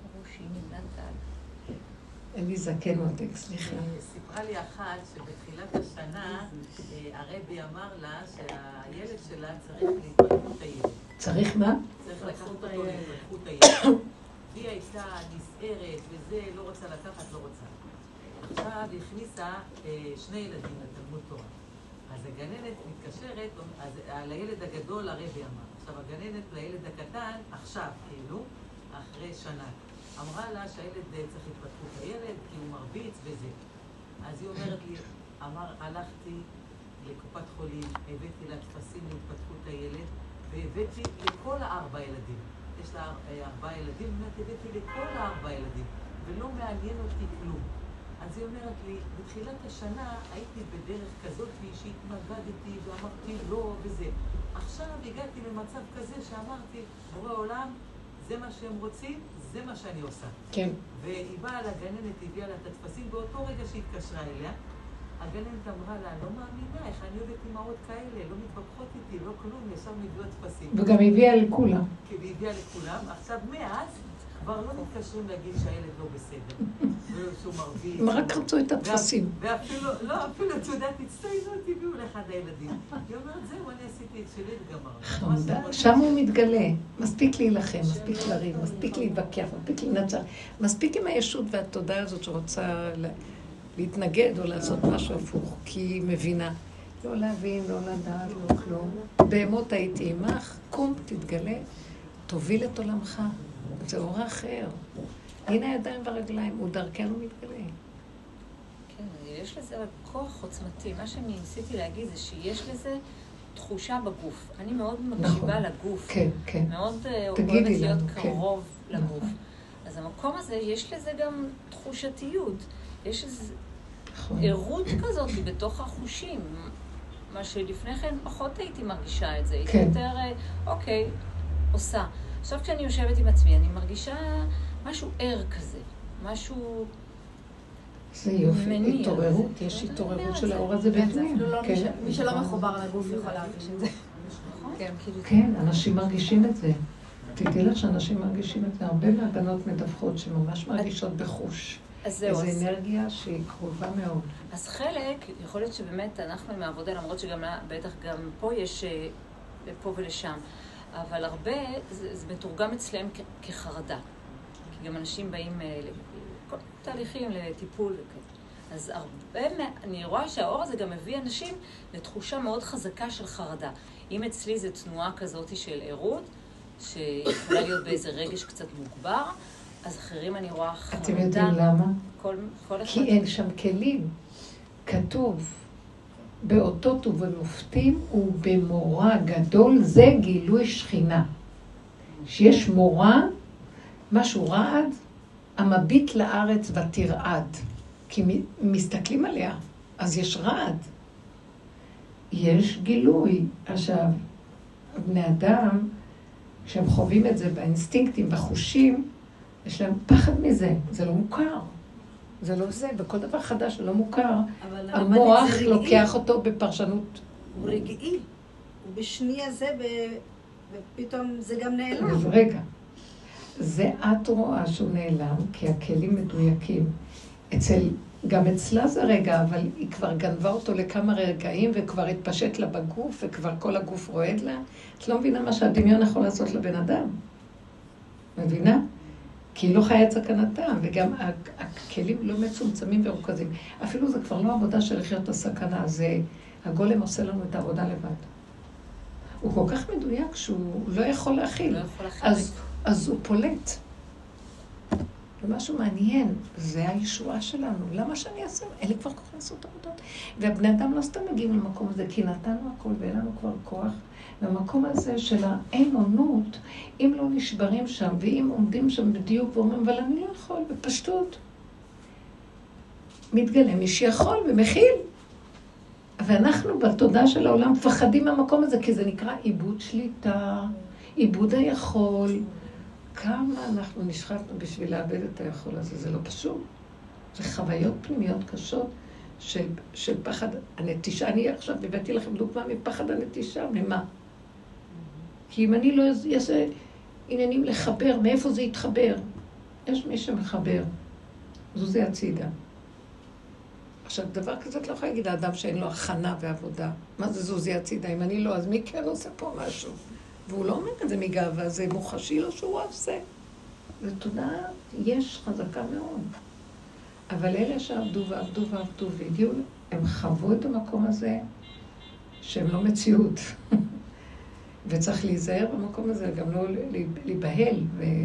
אין לי זקן עותק, סליחה. סיפרה לי אחת שבתחילת השנה הרבי אמר לה שהילד שלה צריך להתפתחות הילד. צריך מה? צריך לקחת אותו להתפתחות הילד. והיא הייתה נסערת וזה, לא רוצה לקחת, לא רוצה. עכשיו הכניסה שני ילדים לתלמוד תורה. אז הגננת מתקשרת, אז על הילד הגדול הרבי אמר. עכשיו הגננת לילד הקטן, עכשיו כאילו, אחרי שנה. אמרה לה שהילד צריך התפתחות הילד, כי הוא מרביץ וזה. אז היא אומרת לי, אמר, הלכתי לקופת חולים, הבאתי לה טפסים להתפתחות הילד, והבאתי לכל הארבע ילדים. יש לה ארבעה ילדים, באמת הבאתי לכל הארבע ילדים, ולא מעניין אותי כלום. אז היא אומרת לי, בתחילת השנה הייתי בדרך כזאת שהתנגדתי ואמרתי לא וזה. עכשיו הגעתי למצב כזה שאמרתי, בורא עולם, זה מה שהם רוצים, זה מה שאני עושה. כן. והיא באה לגננת, הביאה לה את התפסים, באותו רגע שהתקשרה אליה, הגננת אמרה לה, לא מאמינה, איך אני אוהבת אימהות כאלה, לא מתווכחות איתי, לא כלום, ישר מביאו תפסים. וגם הביאה לכולם. כן, היא הביאה לכולם. עכשיו, מאז, כבר לא מתקשרים להגיד שהילד לא בסדר. שהוא מרביץ. הם רק רצו את התפסים. ואפילו, לא, אפילו תעודת הצטיינות הביאו לאחד הילדים. היא אומרת, זהו, אני עשיתי את שלי וגמר. חמודה. שם הוא מתגלה. מספיק להילחם, מספיק לריב, מספיק להתווכח, מספיק לנצח. מספיק עם הישות והתודעה הזאת שרוצה להתנגד או לעשות משהו הפוך, כי היא מבינה. לא להבין, לא לדעת, לא כלום. בהמות הייתי עמך, קום, תתגלה, תוביל את עולמך. זה אור אחר. הנה הידיים והרגליים, הוא דרכנו מתגלה. כן, יש לזה כוח עוצמתי. מה שאני ניסיתי להגיד זה שיש לזה תחושה בגוף. אני מאוד מקשיבה לגוף. כן, כן. מאוד אוהבת להיות קרוב לגוף. אז המקום הזה, יש לזה גם תחושתיות. יש איזו עירות כזאת בתוך החושים. מה שלפני כן פחות הייתי מרגישה את זה. הייתי יותר, אוקיי, עושה. עכשיו כשאני יושבת עם עצמי, אני מרגישה משהו ער כזה, משהו זה יופי, התעוררות, יש התעוררות של האור הזה בפנים. מי שלא מחובר לגוף יכול להרגיש את זה. כן, אנשים מרגישים את זה. תדעי לך שאנשים מרגישים את זה. הרבה מהבנות מדווחות שממש מרגישות בחוש. איזו אנרגיה שהיא קרובה מאוד. אז חלק, יכול להיות שבאמת אנחנו עם העבודה, למרות שגם בטח גם פה יש פה ולשם. אבל הרבה, זה, זה מתורגם אצלם כ- כחרדה. כי גם אנשים באים לכל תהליכים, לטיפול וכאלה. אז הרבה, אני רואה שהאור הזה גם מביא אנשים לתחושה מאוד חזקה של חרדה. אם אצלי זה תנועה כזאת של עירות, שיכולה להיות באיזה רגש קצת מוגבר, אז אחרים אני רואה חרדה. אתם יודעים למה? כל, כל כי אין שם כלים. כתוב, באותות ובמופתים ובמורא גדול, זה גילוי שכינה. שיש מורא, משהו רעד, המביט לארץ ותרעד. כי מסתכלים עליה, אז יש רעד. יש גילוי. עכשיו, בני אדם, כשהם חווים את זה באינסטינקטים, בחושים, יש להם פחד מזה, זה לא מוכר. זה לא זה, בכל דבר חדש לא מוכר. המוח לוקח אותו בפרשנות. הוא רגעי, הוא בשנייה זה, ופתאום זה גם נעלם. רגע, זה את רואה שהוא נעלם, כי הכלים מדויקים. אצל, גם אצלה זה רגע, אבל היא כבר גנבה אותו לכמה רגעים, וכבר התפשט לה בגוף, וכבר כל הגוף רועד לה. את לא מבינה מה שהדמיון יכול לעשות לבן אדם. מבינה? כי היא לא חיה את סכנתה, וגם הכלים לא מצומצמים ורוכזים. אפילו זה כבר לא עבודה של לחיות את הסכנה, זה הגולם עושה לנו את העבודה לבד. הוא כל כך מדויק שהוא לא יכול להכיל, אז, אז הוא פולט. ומשהו מעניין, זה הישועה שלנו. למה שאני אעשה? אין לי כבר כוח לעשות עבודות. והבני אדם לא סתם מגיעים למקום הזה, כי נתנו הכל ואין לנו כבר כוח. והמקום הזה של האין עונות, אם לא נשברים שם, ואם עומדים שם בדיוק ואומרים, אבל אני לא יכול, בפשטות. מתגלה מי שיכול ומכיל. ואנחנו בתודעה של העולם מפחדים מהמקום הזה, כי זה נקרא עיבוד שליטה, עיבוד היכול. כמה אנחנו נשחטנו בשביל לאבד את היכול הזה, זה לא פשוט. זה חוויות פנימיות קשות של, של פחד הנטישה. אני עכשיו הבאתי לכם דוגמה מפחד הנטישה, ממה? כי אם אני לא אעשה עניינים לחבר, מאיפה זה יתחבר? יש מי שמחבר, זו זה הצידה. עכשיו, דבר כזה את לא יכולה להגיד, האדם שאין לו הכנה ועבודה. מה זה זוזי הצידה? אם אני לא, אז מי כן עושה פה משהו? והוא לא אומר את זה מגאווה, זה מוחשי לו שהוא עושה. ותודה, יש חזקה מאוד. אבל אלה שעבדו ועבדו ועבדו והגיעו, הם חוו את המקום הזה שהם לא מציאות. וצריך להיזהר במקום הזה, גם לא להיבהל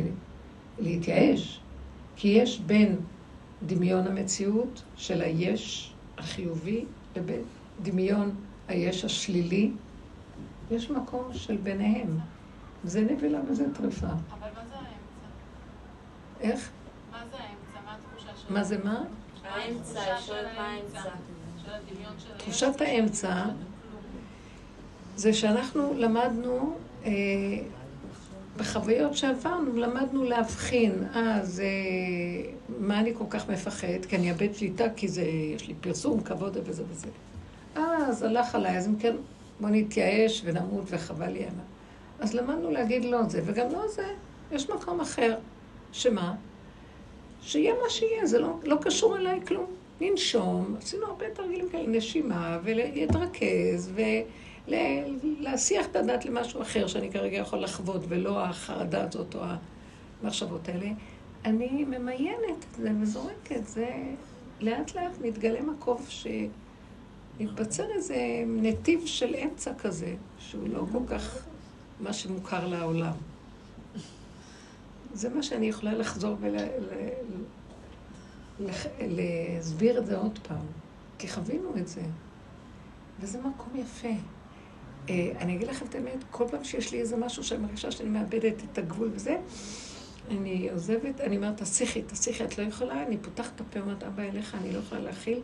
ולהתייאש. כי יש בין דמיון המציאות של היש החיובי לבין דמיון היש השלילי, יש מקום של ביניהם. זה נבלה וזה טרפה. אבל מה זה האמצע? איך? מה זה האמצע? מה התחושה של... מה זה מה? האמצע, של האמצע. של הדמיון של האמצע. תחושת האמצע זה שאנחנו למדנו, אה, בחוויות שעברנו, למדנו להבחין, אה, זה... מה אני כל כך מפחד? כי אני אאבד שליטה, כי זה... יש לי פרסום, כבוד וזה וזה. אה, אז הלך עליי, אז אם כן... בוא נתייאש ונמות וחבל לי המה. אז למדנו להגיד לא זה, וגם לא זה, יש מקום אחר. שמה? שיהיה מה שיהיה, זה לא, לא קשור אליי כלום. ננשום, עשינו הרבה תרגילים כאלה, נשימה, ולהתרכז, ולהסיח את הדעת למשהו אחר, שאני כרגע יכול לחוות, ולא החרדה הזאת או המחשבות האלה. אני ממיינת את זה וזורקת, זה לאט לאט מתגלה מקום ש... מתבצר איזה נתיב של אמצע כזה, שהוא לא כל כך מה שמוכר לעולם. זה מה שאני יכולה לחזור ולהסביר את זה עוד פעם, כי חווינו את זה. וזה מקום יפה. אני אגיד לכם את האמת, כל פעם שיש לי איזה משהו שאני מרגישה שאני מאבדת את הגבול וזה, אני עוזבת, אני אומרת, תסיכי, תסיכי, את לא יכולה, אני פותחת את הפה, אומרת, אבא אליך, אני לא יכולה להכיל.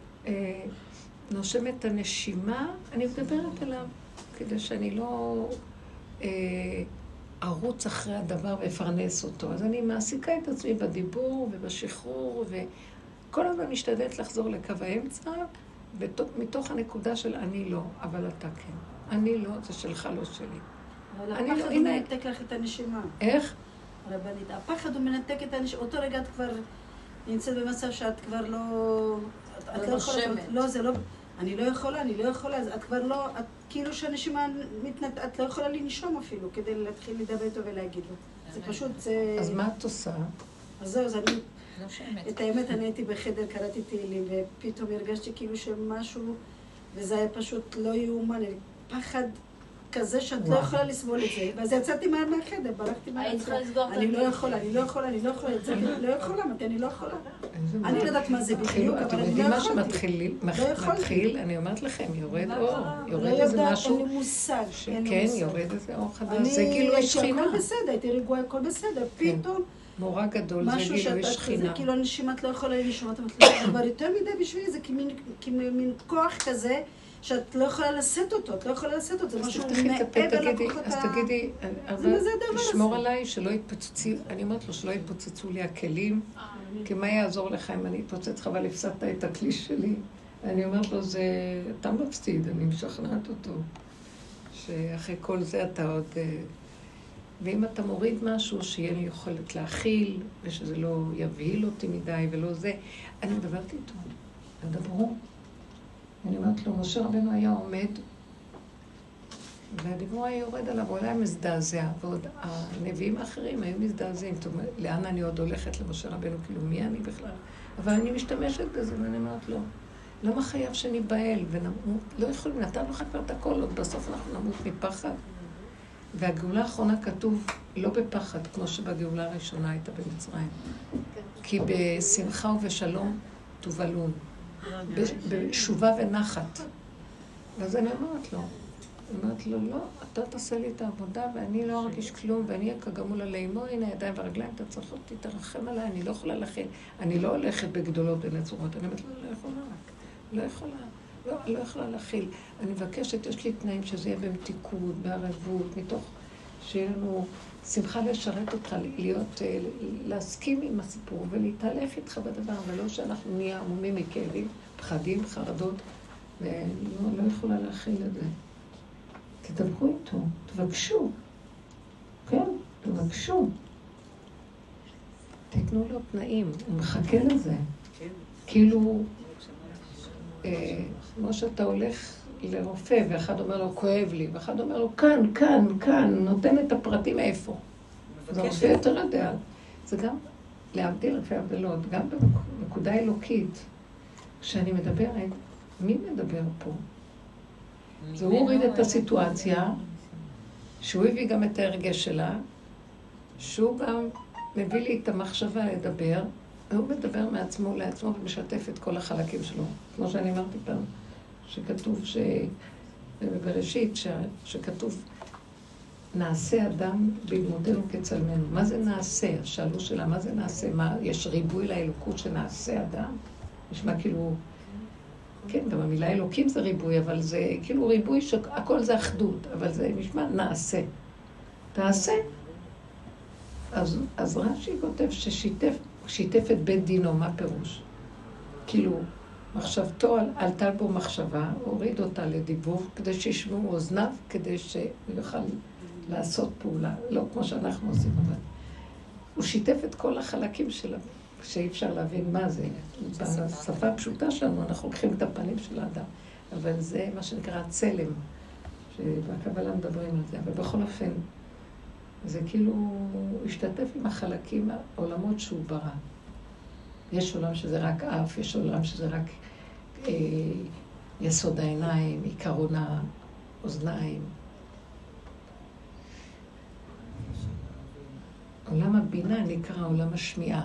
נושמת את הנשימה, אני מדברת עליו, כדי שאני לא אה, ארוץ אחרי הדבר ואפרנס אותו. אז אני מעסיקה את עצמי בדיבור ובשחרור, וכל הזמן משתדלת לחזור לקו האמצע, ומתוך הנקודה של אני לא, אבל אתה כן. אני לא, זה שלך, לא שלי. אבל הפחד הוא מנתק לך את הנשימה. איך? רבנית, הפחד הוא מנתק את הנשימה. אותו רגע את כבר נמצאת במצב שאת כבר לא... את לא יכולה, לא, זה לא... אני לא יכולה, אני לא יכולה, אז את כבר לא, את כאילו שהנשימה מתנת... את לא יכולה לנשום אפילו, כדי להתחיל לדבר איתו ולהגיד לו. זה פשוט, זה... אז מה את עושה? אז זהו, אז אני... את האמת, אני הייתי בחדר, קראתי תהילים, ופתאום הרגשתי כאילו שמשהו, וזה היה פשוט לא יאומן, פחד כזה שאת לא יכולה לסבול את זה. ואז יצאתי מהר מהחדר, ברחתי מהר. אני לא יכולה, אני לא יכולה, אני לא יכולה, יצאתי, לא יכולה, מתי אני לא יכולה. אני לא יודעת מה זה בדיוק, אבל אני לא יכולתי. מה שמתחיל, מתחיל, אני אומרת לכם, יורד אור, יורד איזה משהו. לא יודעת, אין לי מושג. כן, יורד איזה אור חדש, זה גילוי שכינה. הכל בסדר, הייתי רגועה, הכל בסדר, פתאום. מורה גדול, זה גילוי שכינה. זה כאילו הנשימה, את לא יכולה לנשום, את אומרת, זה כבר יותר מדי בשבילי, זה כמין כוח כזה, שאת לא יכולה לשאת אותו, את לא יכולה לשאת אותו, זה משהו מעבר לכוחות ה... אז תגידי, אבל תשמור הזה? עליי שלא יתפוצצי, אני אומרת לו שלא יתפוצצו לי הכלים, כי מה יעזור לך אם אני אתפוצץ לך, אבל הפסדת את הכלי שלי. אני אומרת לו, זה... אתה מפסיד, אני משכנעת אותו, שאחרי כל זה אתה עוד... ואם אתה מוריד משהו, שיהיה לי יכולת להכיל, ושזה לא יבהיל אותי מדי ולא זה, אני מדברת איתו, תדברו. אני אומרת לו, משה רבנו היה עומד, והדיבור היה יורד עליו, הוא היה מזדעזע, ועוד הנביאים האחרים היו מזדעזעים. זאת אומרת, לאן אני עוד הולכת למשה רבנו? כאילו, מי אני בכלל? אבל אני משתמשת בזה, ואני אומרת לו, למה חייב שניבהל ונמות? לא יכולים, נתן לך כבר את הכל, עוד בסוף אנחנו נמות מפחד. והגאולה האחרונה כתוב לא בפחד, כמו שבגאולה הראשונה הייתה במצרים. כי בשמחה ובשלום תובלון, בשובה ונחת. ואז אני אומרת לו, אני אומרת לו, לא, אתה תעשה לי את העבודה ואני לא ארגיש כלום ואני אהיה כגמול עלימו, הנה הידיים והרגליים, אתה צריך אותי, תרחם עליי, אני לא יכולה להכיל, אני לא הולכת בגדולות ונצורות, אני אומרת לו, לא יכולה רק, לא יכולה. לא, לא יכולה להכיל. אני מבקשת, יש לי תנאים שזה יהיה במתיקות, בערבות, מתוך שיהיה לנו שמחה לשרת אותך, להיות, להסכים עם הסיפור ולהתהלך איתך בדבר, ולא שאנחנו נהיה עמומים מכאבים, פחדים, חרדות, ולא לא יכולה להכיל את זה. תדברו איתו, תבקשו. כן, תבקשו. תתנו לו תנאים, הוא מחכה לזה. כאילו... כמו שאתה הולך לרופא, ואחד אומר לו, כואב לי, ואחד אומר לו, כאן, כאן, כאן, נותן את הפרטים איפה. זה רופא יותר יודע. זה גם להבדיל לפי הבדלות, גם בנקודה אלוקית. כשאני מדברת, מי מדבר פה? זה הוא הוריד את הסיטואציה, שהוא הביא גם את ההרגש שלה, שהוא גם מביא לי את המחשבה לדבר, והוא מדבר מעצמו לעצמו ומשתף את כל החלקים שלו. כמו שאני אמרתי פעם, שכתוב ש... בראשית, ש... שכתוב נעשה אדם בדמותנו כצלמנו. מה זה נעשה? שאלו שלה, מה זה נעשה? מה, יש ריבוי לאלוקות שנעשה אדם? נשמע כאילו... כן, גם המילה אלוקים זה ריבוי, אבל זה כאילו ריבוי שהכל זה אחדות, אבל זה נשמע נעשה. תעשה. אז, אז רש"י כותב ששיתף, שיתף את בית דינו, מה פירוש? כאילו, מחשבתו עלתה בו מחשבה, הוריד אותה לדיבור, כדי שישמעו אוזניו, כדי שיוכל לעשות פעולה, לא כמו שאנחנו עושים, אבל הוא שיתף את כל החלקים שלה, שאי אפשר להבין מה זה. בשפה הפשוטה שלנו, אנחנו לוקחים את הפנים של האדם, אבל זה מה שנקרא צלם, שבקבלה מדברים על זה, אבל בכל אופן, זה כאילו, הוא השתתף עם החלקים, העולמות שהוא ברא. יש עולם שזה רק אף, יש עולם שזה רק אה, יסוד העיניים, עיקרון האוזניים. עולם הבינה נקרא עולם השמיעה.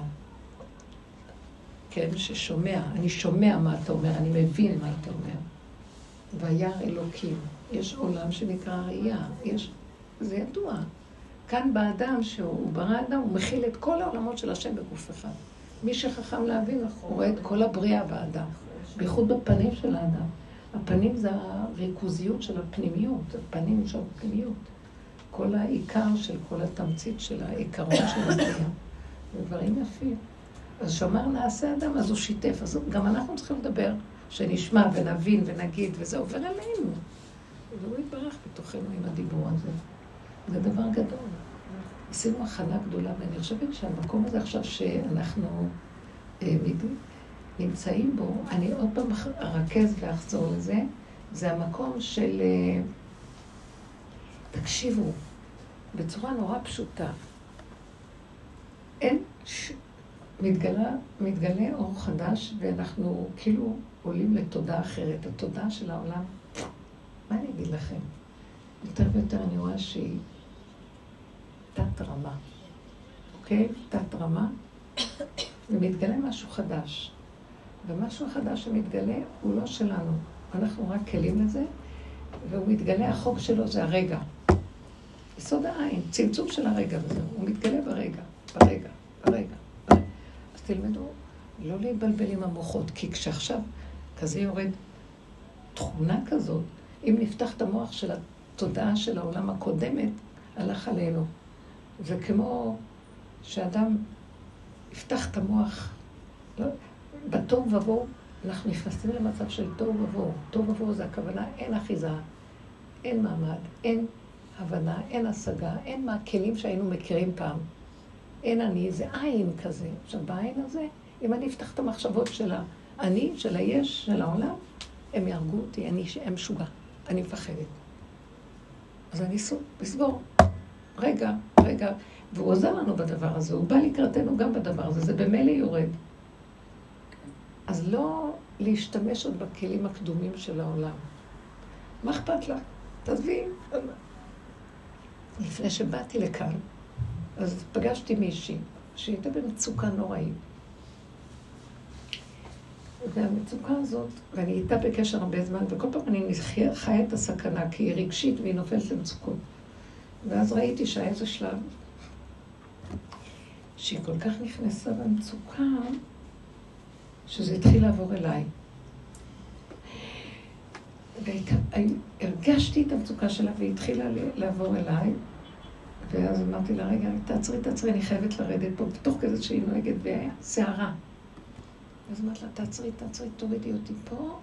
כן, ששומע, אני שומע מה אתה אומר, אני מבין מה אתה אומר. וירא אלוקים. יש עולם שנקרא ראייה, יש, זה ידוע. כאן באדם, שהוא ברא אדם, הוא מכיל את כל העולמות של השם בגוף אחד. מי שחכם להבין, הוא רואה את כל הבריאה באדם, בייחוד בפנים של האדם. הפנים זה הריכוזיות של הפנימיות, הפנים של הפנימיות. כל העיקר של כל התמצית של העיקרון של הבריאה. דברים יפים. אז שאומר נעשה אדם, אז הוא שיתף. אז גם אנחנו צריכים לדבר, שנשמע ונבין ונגיד, וזה עובר אלינו. והוא יתברך בתוכנו עם הדיבור הזה. זה דבר גדול. עשינו הכנה גדולה, ואני חושבת שהמקום הזה עכשיו שאנחנו אה, נמצאים בו, אני עוד פעם ארכז ואחזור לזה, זה המקום של... אה, תקשיבו, בצורה נורא פשוטה. אין... ש... מתגלה, מתגלה אור חדש, ואנחנו כאילו עולים לתודעה אחרת. התודעה של העולם, מה אני אגיד לכם? יותר ויותר אני רואה שהיא תת רמה, אוקיי? תת רמה, ומתגלה משהו חדש. ומשהו חדש שמתגלה הוא לא שלנו. אנחנו רק כלים לזה, והוא מתגלה, החוק שלו זה הרגע. יסוד העין, צמצום של הרגע הזה. הוא מתגלה ברגע, ברגע, ברגע. אז תלמדו לא להתבלבל עם המוחות, כי כשעכשיו כזה יורד תכונה כזאת, אם נפתח את המוח של התודעה של העולם הקודמת, הלך עלינו. זה כמו שאדם יפתח את המוח, לא? בתוהו ובוהו, אנחנו נכנסים למצב של תוהו ובוהו. תוהו ובוהו זה הכוונה, אין אחיזה, אין מעמד, אין הבנה, אין השגה, אין מהכלים שהיינו מכירים פעם. אין אני, זה עין כזה. עכשיו, בעין הזה, אם אני אפתח את המחשבות של האני, של היש, של העולם, הם יהרגו אותי, אני הם משוגע, אני מפחדת. אז אני אסגור. רגע, רגע, והוא עוזר לנו בדבר הזה, הוא בא לקראתנו גם בדבר הזה, זה במילא יורד. אז לא להשתמש עוד בכלים הקדומים של העולם. מה אכפת לה? תעזבי. לפני שבאתי לכאן, אז פגשתי מישהי שהייתה במצוקה נוראית. והמצוקה הזאת, ואני איתה בקשר הרבה זמן, וכל פעם אני חיה את הסכנה, כי היא רגשית והיא נופלת למצוקות. ואז ראיתי שהיה איזה שלב, שהיא כל כך נכנסה במצוקה, שזה התחיל לעבור אליי. והרגשתי את המצוקה שלה, והיא התחילה לעבור אליי, ואז אמרתי לה, רגע, תעצרי, תעצרי, אני חייבת לרדת פה, בתוך כזה שהיא נוהגת, והיה שערה. אז אמרתי לה, תעצרי, תעצרי, תורידי אותי פה.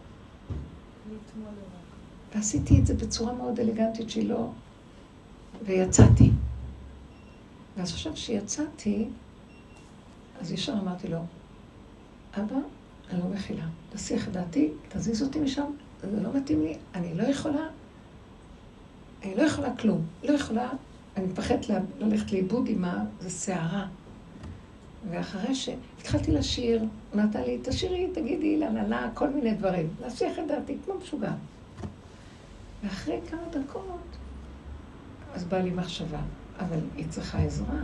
ועשיתי את זה בצורה מאוד אלגנטית שהיא לא... ויצאתי. ואז עכשיו שיצאתי, אז ישר אמרתי לו, אבא, אני לא מכילה. תסיח את דעתי, תזיז אותי משם, זה לא מתאים לי, אני לא יכולה, אני לא יכולה כלום. לא יכולה, אני מפחדת ללכת לאיבוד עם מה, זה שערה. ואחרי שהתחלתי לשיר, אמרת לי, תשירי, תגידי, לננה, כל מיני דברים. להסיח את דעתי, כמו משוגע. ואחרי כמה דקות, אז באה לי מחשבה, אבל היא צריכה עזרה.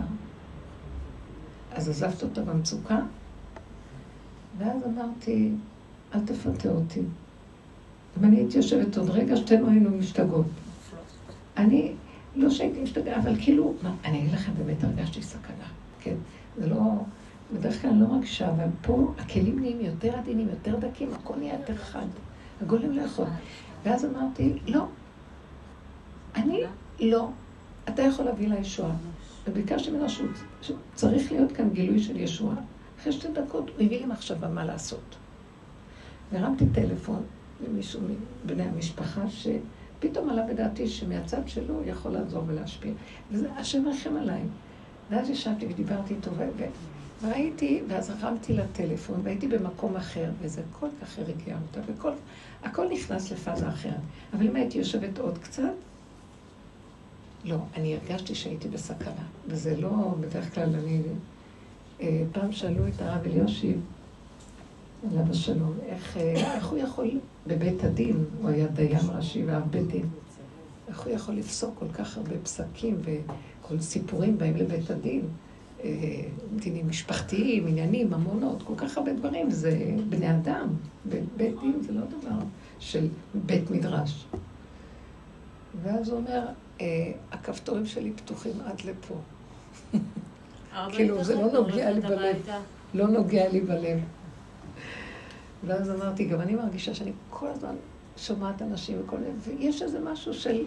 אז עזבת אותה במצוקה, ואז אמרתי, אל תפתה אותי. אם אני הייתי יושבת עוד רגע, שתינו היינו משתגעות. אני לא שהייתי משתגעה, אבל כאילו, מה, אני אגיד לכם, באמת הרגשתי סכנה, כן? זה לא, בדרך כלל לא מרגישה, אבל פה הכלים נהיים יותר עדינים, יותר דקים, הכל נהיה יותר חד. הגולם לא יכול. ואז אמרתי, לא. אני לא. אתה יכול להביא לישועה. וביקשתי ממנו שצריך להיות כאן גילוי של ישועה. אחרי שתי דקות הוא הביא לי מחשבה מה לעשות. והרמתי טלפון למישהו מבני המשפחה שפתאום עלה בדעתי שמהצד שלו יכול לעזור ולהשפיע. וזה השם רחם עליי. ואז ישבתי ודיברתי איתו וראיתי, ואז הרמתי לטלפון והייתי במקום אחר, וזה כל כך הרגיע אותה, וכל, הכל נכנס לפאזה אחרת. אבל אם הייתי יושבת עוד קצת, לא, אני הרגשתי שהייתי בסכנה, וזה לא, בדרך כלל אני, פעם שאלו את הרב אליושיב, עליו השלום, איך, איך הוא יכול, בבית הדין, הוא היה דיין ראשי ואב בית דין, איך הוא יכול לפסוק כל כך הרבה פסקים וכל סיפורים בהם לבית הדין, דינים משפחתיים, עניינים, ממונות, כל כך הרבה דברים, זה בני אדם, בית דין זה לא דבר של בית מדרש. ואז הוא אומר, הכפתורים שלי פתוחים עד לפה. כאילו, זה לא נוגע לי בלב. לא נוגע לי בלב. ואז אמרתי, גם אני מרגישה שאני כל הזמן שומעת אנשים וכל מיני, ויש איזה משהו של...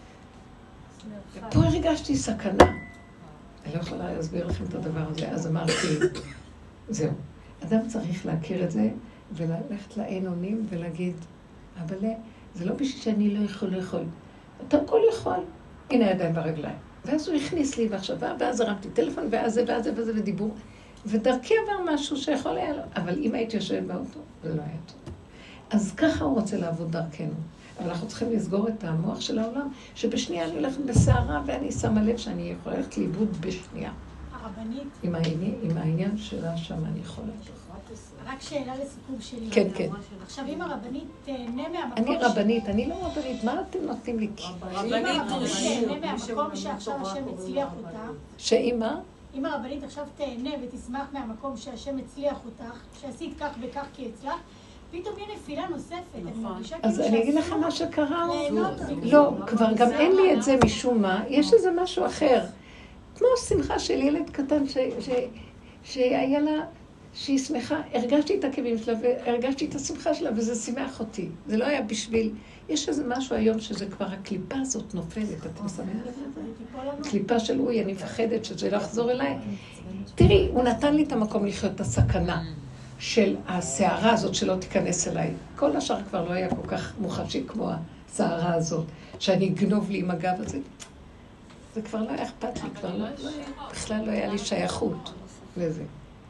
פה הרגשתי סכנה. אני לא יכולה להסביר לכם את הדבר הזה. אז אמרתי, זהו. אדם צריך להכיר את זה, וללכת לעין אונים ולהגיד, אבל זה לא בשביל שאני לא יכול לאכול. אתה הכל יכול. הנה הידיים ברגליים. ואז הוא הכניס לי מחשבה, ואז הרמתי טלפון, ואז זה, ואז זה, ואז זה, ודיבור. ודרכי עבר משהו שיכול היה לו. אבל אם הייתי יושבת באוטו, זה לא היה טוב. אז ככה הוא רוצה לעבוד דרכנו. אבל אנחנו צריכים לסגור את המוח של העולם, שבשנייה אני הולכת בסערה, ואני שמה לב שאני יכולה ללכת לאיבוד בשנייה. הרבנית. עם העניין, עם העניין שלה שם אני יכולה. רק שאלה לסיכום שלי. כן, כן. עכשיו, אם הרבנית תהנה מהמקום... אני רבנית, אני לא רבנית, מה אתם נותנים לי? אם הרבנית תהנה מהמקום שעכשיו השם הצליח אותה... שאם מה? אם הרבנית עכשיו תהנה ותשמח מהמקום שהשם הצליח אותך, שעשית כך וכך כי הצלח, פתאום יהיה נפילה נוספת. אז אני אגיד לכם מה שקרה. לא, כבר גם אין לי את זה משום מה. יש איזה משהו אחר. כמו שמחה של ילד קטן שהיה לה שהיא שמחה, הרגשתי את הכאבים שלה והרגשתי את השמחה שלה, וזה שימח אותי. זה לא היה בשביל... יש איזה משהו היום שזה כבר הקליפה הזאת נופלת, אתם שמים לב לזה? קליפה של אוי, אני מפחדת שזה לא יחזור אליי. תראי, הוא נתן לי את המקום לחיות את הסכנה של הסערה הזאת שלא תיכנס אליי. כל השאר כבר לא היה כל כך מוחשי כמו הסערה הזאת, שאני אגנוב לי עם הגב הזה. זה כבר לא היה אכפת לי, כבר לא, בכלל לא היה לי שייכות לזה.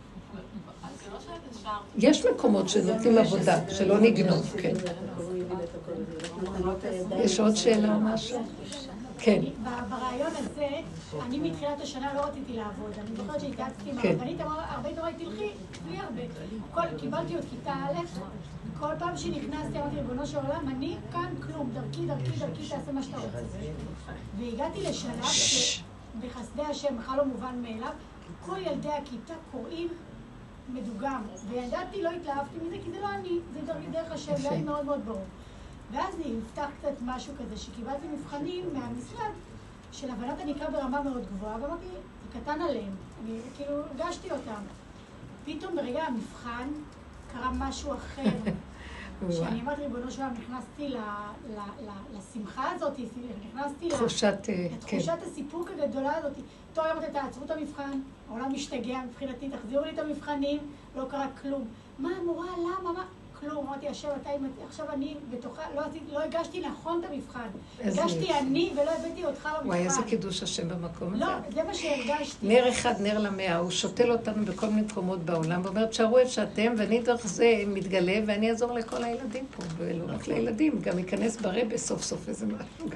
יש מקומות שנותנים עבודה, שלא נגנוב, כן. יש עוד שאלה או משהו? כן. ברעיון הזה, אני מתחילת השנה לא רציתי לעבוד. אני זוכרת שהתייעצתי עם הרבנית, הרבה דורי תלכי, בלי הרבה. קיבלתי עוד כיתה א', כל פעם שנכנסתי, אמרתי, ריבונו של עולם, אני כאן כלום, דרכי, דרכי, דרכי, תעשה מה שאתה רוצה. והגעתי לשלב שבחסדי השם, בכלל לא מובן מאליו, כל ילדי הכיתה קוראים מדוגם, וידעתי, לא התלהבתי מזה, כי זה לא אני, זה דרך השם, זה היה מאוד מאוד ברור. ואז נפתח קצת משהו כזה, שקיבלתי מבחנים מהמשרד של הבנת הנקרא ברמה מאוד גבוהה, ואמרתי, זה קטן עליהם, אני כאילו הרגשתי אותם. פתאום ברגע המבחן קרה משהו אחר, שאני אמרתי, ריבונו שלם, נכנסתי לשמחה הזאת, נכנסתי לתחושת הסיפוק הגדולה הזאת. טוב, אמרתי, תעצרו את המבחן, העולם משתגע מבחינתי, תחזירו לי את המבחנים, לא קרה כלום. מה, מורה, למה, מה? כלום, אמרתי, השם, אתה אימתי, עכשיו אני בתוכה, לא, לא הגשתי נכון את המבחן. הגשתי אני ולא הבאתי אותך במבחן. וואי, איזה קידוש השם במקום הזה. לא, זה מה שהרגשתי. נר אחד, נר למאה, הוא שותל אותנו בכל מיני מקומות בעולם, ואומר, תשארו את שאתם, ואני דרך זה מתגלה, ואני אעזור לכל הילדים פה, ולא רק לילדים, גם ייכנס ברבה סוף סוף איזה משהו.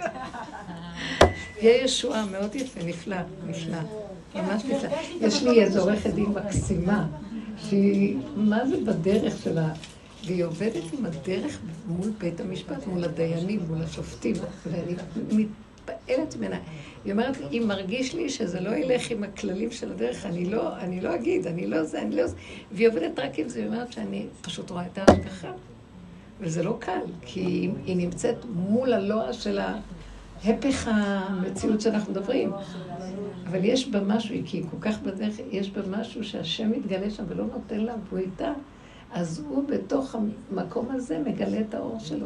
יהיה ישועה, מאוד יפה, נפלא, נפלא. ממש נפלא. יש לי איזו עורכת דין מקסימה, שהיא, מה זה בדרך שלה? והיא עובדת עם הדרך מול בית המשפט, מול הדיינים, מול השופטים, ואני מתפעלת ממנה. היא אומרת, אם מרגיש לי שזה לא ילך עם הכללים של הדרך, אני לא, אני לא אגיד, אני לא זה, אני לא זה. והיא עובדת רק עם זה, היא אומרת שאני פשוט רואה את ההשגחה. וזה לא קל, כי היא נמצאת מול הלוע של ההפך המציאות שאנחנו מדברים. אבל יש בה משהו, כי היא כל כך בדרך, יש בה משהו שהשם מתגלה שם ולא נותן לה, והוא איתה. אז הוא בתוך המקום הזה מגלה את האור שלו.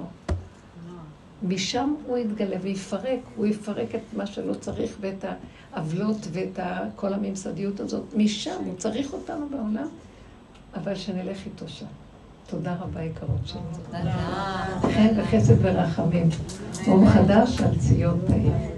משם הוא יתגלה ויפרק, הוא יפרק את מה שלא צריך ואת העוולות ואת כל הממסדיות הזאת. משם הוא צריך אותנו בעולם, אבל שנלך איתו שם. תודה רבה יקרות שלי. תודה. חן וחסד ורחמים. אור חדש על ציון תאיר.